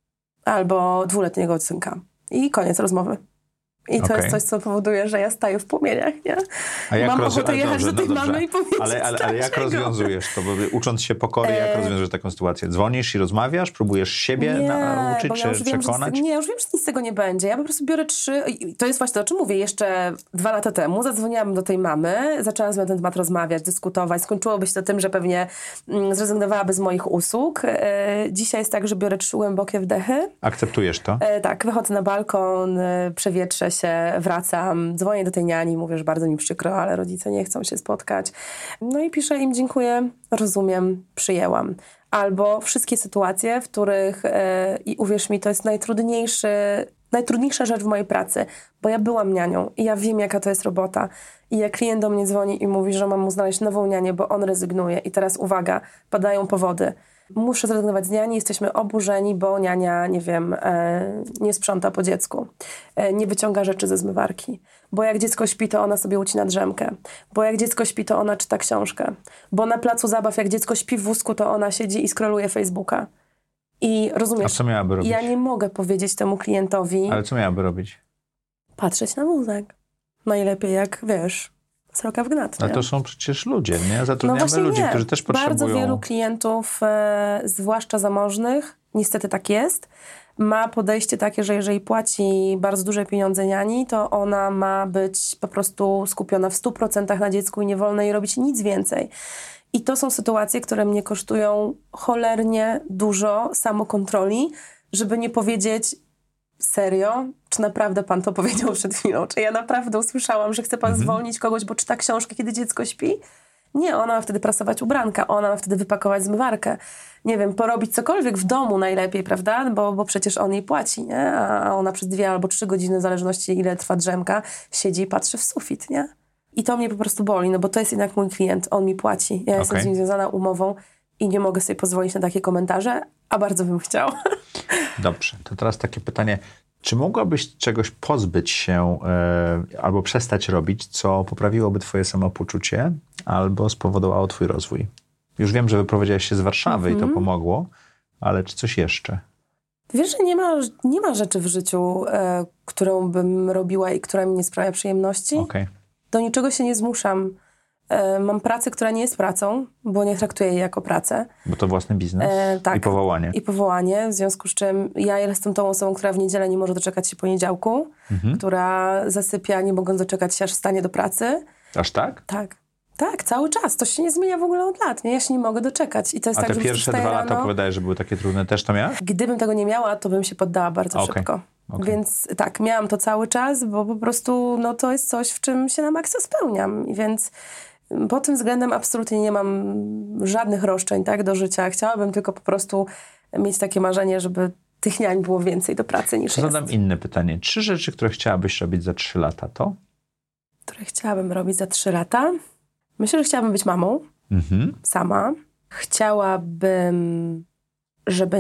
Albo dwuletniego synka. I koniec rozmowy. I to okay. jest coś, co powoduje, że ja staję w płomieniach, nie? A jak Mam rozwi- ochotę jechać dobrze, do tej no mamy i powiedzieć ale, ale, ale jak rozwiązujesz to? Bo ucząc się pokory, jak e... rozwiązujesz taką sytuację? Dzwonisz i rozmawiasz? Próbujesz siebie nie, nauczyć bo czy ja już przekonać? Wiem, że, nie, ja już wiem, że nic z tego nie będzie. Ja po prostu biorę trzy... To jest właśnie to, o czym mówię. Jeszcze dwa lata temu zadzwoniłam do tej mamy, zaczęłam z nią na ten temat rozmawiać, dyskutować. Skończyłoby się to tym, że pewnie mm, zrezygnowałaby z moich usług. E, dzisiaj jest tak, że biorę trzy głębokie wdechy. Akceptujesz to? E, tak, wychodzę na balkon, e, przewietrzę się, wracam. Dzwonię do tej niani, mówię, że bardzo mi przykro, ale rodzice nie chcą się spotkać. No i piszę im, dziękuję, rozumiem, przyjęłam. Albo wszystkie sytuacje, w których, yy, i uwierz mi, to jest najtrudniejszy, najtrudniejsza rzecz w mojej pracy, bo ja byłam nianią i ja wiem, jaka to jest robota. I jak klient do mnie dzwoni i mówi, że mam mu znaleźć nową nianię, bo on rezygnuje i teraz uwaga, padają powody. Muszę zrezygnować z niani, jesteśmy oburzeni, bo niania, nie wiem, e, nie sprząta po dziecku, e, nie wyciąga rzeczy ze zmywarki, bo jak dziecko śpi, to ona sobie ucina drzemkę, bo jak dziecko śpi, to ona czyta książkę, bo na placu zabaw, jak dziecko śpi w wózku, to ona siedzi i scrolluje Facebooka. I rozumiesz, A co miałaby robić? Ja nie mogę powiedzieć temu klientowi... Ale co miałaby robić? Patrzeć na wózek. Najlepiej jak, wiesz... sroka w gnat. Ale to są przecież ludzie, nie? Zatrudniamy no ludzi, nie. którzy też potrzebują... Bardzo wielu klientów, e, zwłaszcza zamożnych, niestety tak jest, ma podejście takie, że jeżeli płaci bardzo duże pieniądze niani, to ona ma być po prostu skupiona w stu procentach na dziecku i nie wolno jej robić nic więcej. I to są sytuacje, które mnie kosztują cholernie dużo samokontroli, żeby nie powiedzieć... Serio? Czy naprawdę pan to powiedział przed chwilą? Czy ja naprawdę usłyszałam, że chce pan mhm. zwolnić kogoś, bo czyta książkę, kiedy dziecko śpi? Nie, ona ma wtedy prasować ubranka, ona ma wtedy wypakować zmywarkę. Nie wiem, porobić cokolwiek w domu najlepiej, prawda? Bo, bo przecież on jej płaci, nie? A ona przez dwie albo trzy godziny, w zależności ile trwa drzemka, siedzi i patrzy w sufit, nie? I to mnie po prostu boli, no bo to jest jednak mój klient, on mi płaci. Ja jestem Okay. z nim związana umową i nie mogę sobie pozwolić na takie komentarze, a bardzo bym chciał. Dobrze, to teraz takie pytanie. Czy mogłabyś czegoś pozbyć się e, albo przestać robić, co poprawiłoby twoje samopoczucie albo spowodowało twój rozwój? Już wiem, że wyprowadziłaś się z Warszawy mm-hmm. i to pomogło, ale czy coś jeszcze? Wiesz, że nie ma, nie ma rzeczy w życiu, e, którą bym robiła i która mi nie sprawia przyjemności. Okay. Do niczego się nie zmuszam. E, mam pracę, która nie jest pracą, bo nie traktuję jej jako pracę. Bo to własny biznes e, tak, i powołanie. I powołanie, w związku z czym ja jestem tą osobą, która w niedzielę nie może doczekać się poniedziałku, mhm. która zasypia, nie mogąc doczekać się, aż wstanie do pracy. Aż tak? Tak. Tak, cały czas. To się nie zmienia w ogóle od lat. Nie? Ja się nie mogę doczekać. I to jest A tak, te że pierwsze dwa lata rano, opowiadałeś, że były takie trudne. Też to miałaś? Gdybym tego nie miała, to bym się poddała bardzo okay. szybko. Okay. Więc tak, miałam to cały czas, bo po prostu no, to jest coś, w czym się na maksa spełniam. I więc pod tym względem absolutnie nie mam żadnych roszczeń, tak, do życia. Chciałabym tylko po prostu mieć takie marzenie, żeby tych niań było więcej do pracy niż to jest. Zadam inne pytanie. Trzy rzeczy, które chciałabyś robić za trzy lata, to? Które chciałabym robić za trzy lata? Myślę, że chciałabym być mamą. Mhm. Sama. Chciałabym, żeby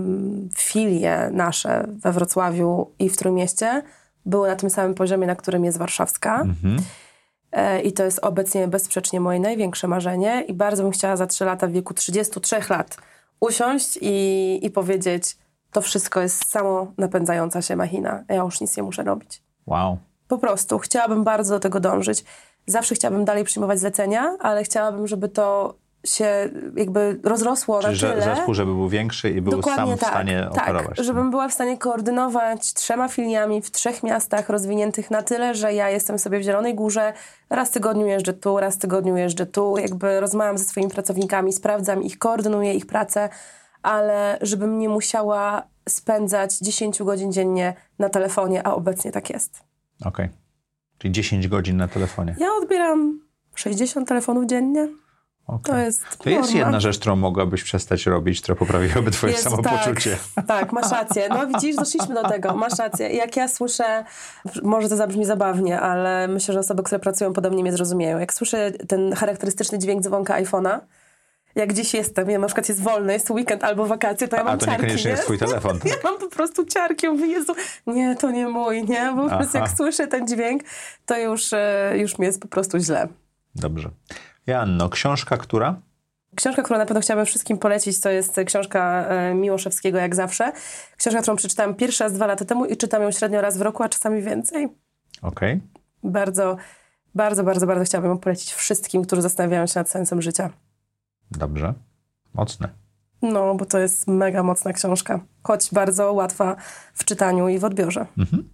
filie nasze we Wrocławiu i w Trójmieście były na tym samym poziomie, na którym jest warszawska. Mhm. E, I to jest obecnie bezsprzecznie moje największe marzenie i bardzo bym chciała za trzy lata w wieku trzydziestu trzech lat usiąść i, i powiedzieć, to wszystko jest samo napędzająca się machina. Ja już nic nie muszę robić. Wow. Po prostu. Chciałabym bardzo do tego dążyć. Zawsze chciałabym dalej przyjmować zlecenia, ale chciałabym, żeby to się jakby rozrosło Czyli na tyle. Że zespół, żeby był większy i był Dokładnie sam w tak, stanie tak, operować. Żebym była w stanie koordynować trzema filiami w trzech miastach rozwiniętych na tyle, że ja jestem sobie w Zielonej Górze, raz w tygodniu jeżdżę tu, raz w tygodniu jeżdżę tu, jakby rozmawiam ze swoimi pracownikami, sprawdzam ich, koordynuję ich pracę, ale żebym nie musiała spędzać dziesięć godzin dziennie na telefonie, a obecnie tak jest. Okej. Okay. Czyli dziesięć godzin na telefonie. Ja odbieram sześćdziesiąt telefonów dziennie. Okay. To jest To jest norma. jedna rzecz, którą mogłabyś przestać robić, która poprawiłaby twoje jest, samopoczucie. Tak, tak, masz rację. No widzisz, doszliśmy do tego. Masz rację. Jak ja słyszę, może to zabrzmi zabawnie, ale myślę, że osoby, które pracują podobnie mnie zrozumieją. Jak słyszę ten charakterystyczny dźwięk dzwonka iPhone'a, jak gdzieś jestem, ja na przykład jest wolny, jest weekend albo wakacje, to ja mam A to ciarki, niekoniecznie nie? jest twój telefon. Ja mam po prostu ciarki, mówię, Jezu, nie, to nie mój, nie? Bo po prostu jak słyszę ten dźwięk, to już, już mi jest po prostu źle. Dobrze. Joanno, książka która? Książka, którą na pewno chciałabym wszystkim polecić, to jest książka Miłoszewskiego, jak zawsze. Książka, którą przeczytałam pierwszy raz dwa lata temu i czytam ją średnio raz w roku, a czasami więcej. Okej. Okay. Bardzo, bardzo, bardzo, bardzo chciałabym ją polecić wszystkim, którzy zastanawiają się nad sensem życia. Dobrze. Mocne. No, bo to jest mega mocna książka, choć bardzo łatwa w czytaniu i w odbiorze. Mhm.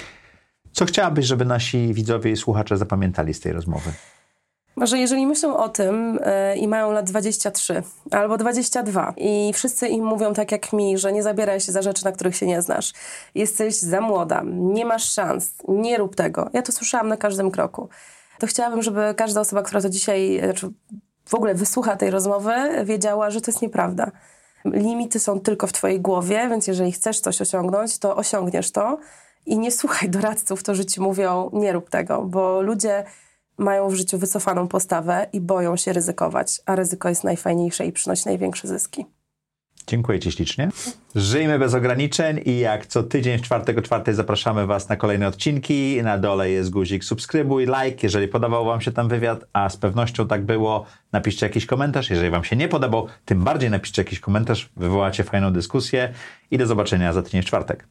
Co chciałabyś, żeby nasi widzowie i słuchacze zapamiętali z tej rozmowy? Że jeżeli myślą o tym yy, i mają lat dwadzieścia trzy albo dwadzieścia dwa i wszyscy im mówią tak jak mi, że nie zabieraj się za rzeczy, na których się nie znasz, jesteś za młoda, nie masz szans, nie rób tego. Ja to słyszałam na każdym kroku. To chciałabym, żeby każda osoba, która to dzisiaj znaczy w ogóle wysłucha tej rozmowy, wiedziała, że to jest nieprawda. Limity są tylko w twojej głowie, więc jeżeli chcesz coś osiągnąć, to osiągniesz to i nie słuchaj doradców, którzy ci mówią, nie rób tego, bo ludzie mają w życiu wycofaną postawę i boją się ryzykować, a ryzyko jest najfajniejsze i przynosi największe zyski. Dziękuję ci ślicznie. Żyjmy bez ograniczeń i jak co tydzień w czwartek o czwartej zapraszamy was na kolejne odcinki. Na dole jest guzik subskrybuj, like, jeżeli podobał wam się ten wywiad, a z pewnością tak było, napiszcie jakiś komentarz. Jeżeli wam się nie podobał, tym bardziej napiszcie jakiś komentarz, wywołacie fajną dyskusję i do zobaczenia za tydzień w czwartek.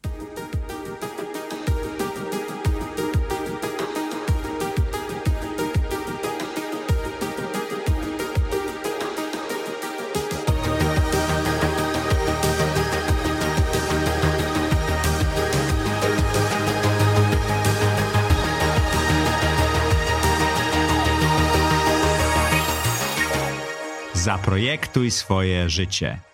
Zaprojektuj swoje życie.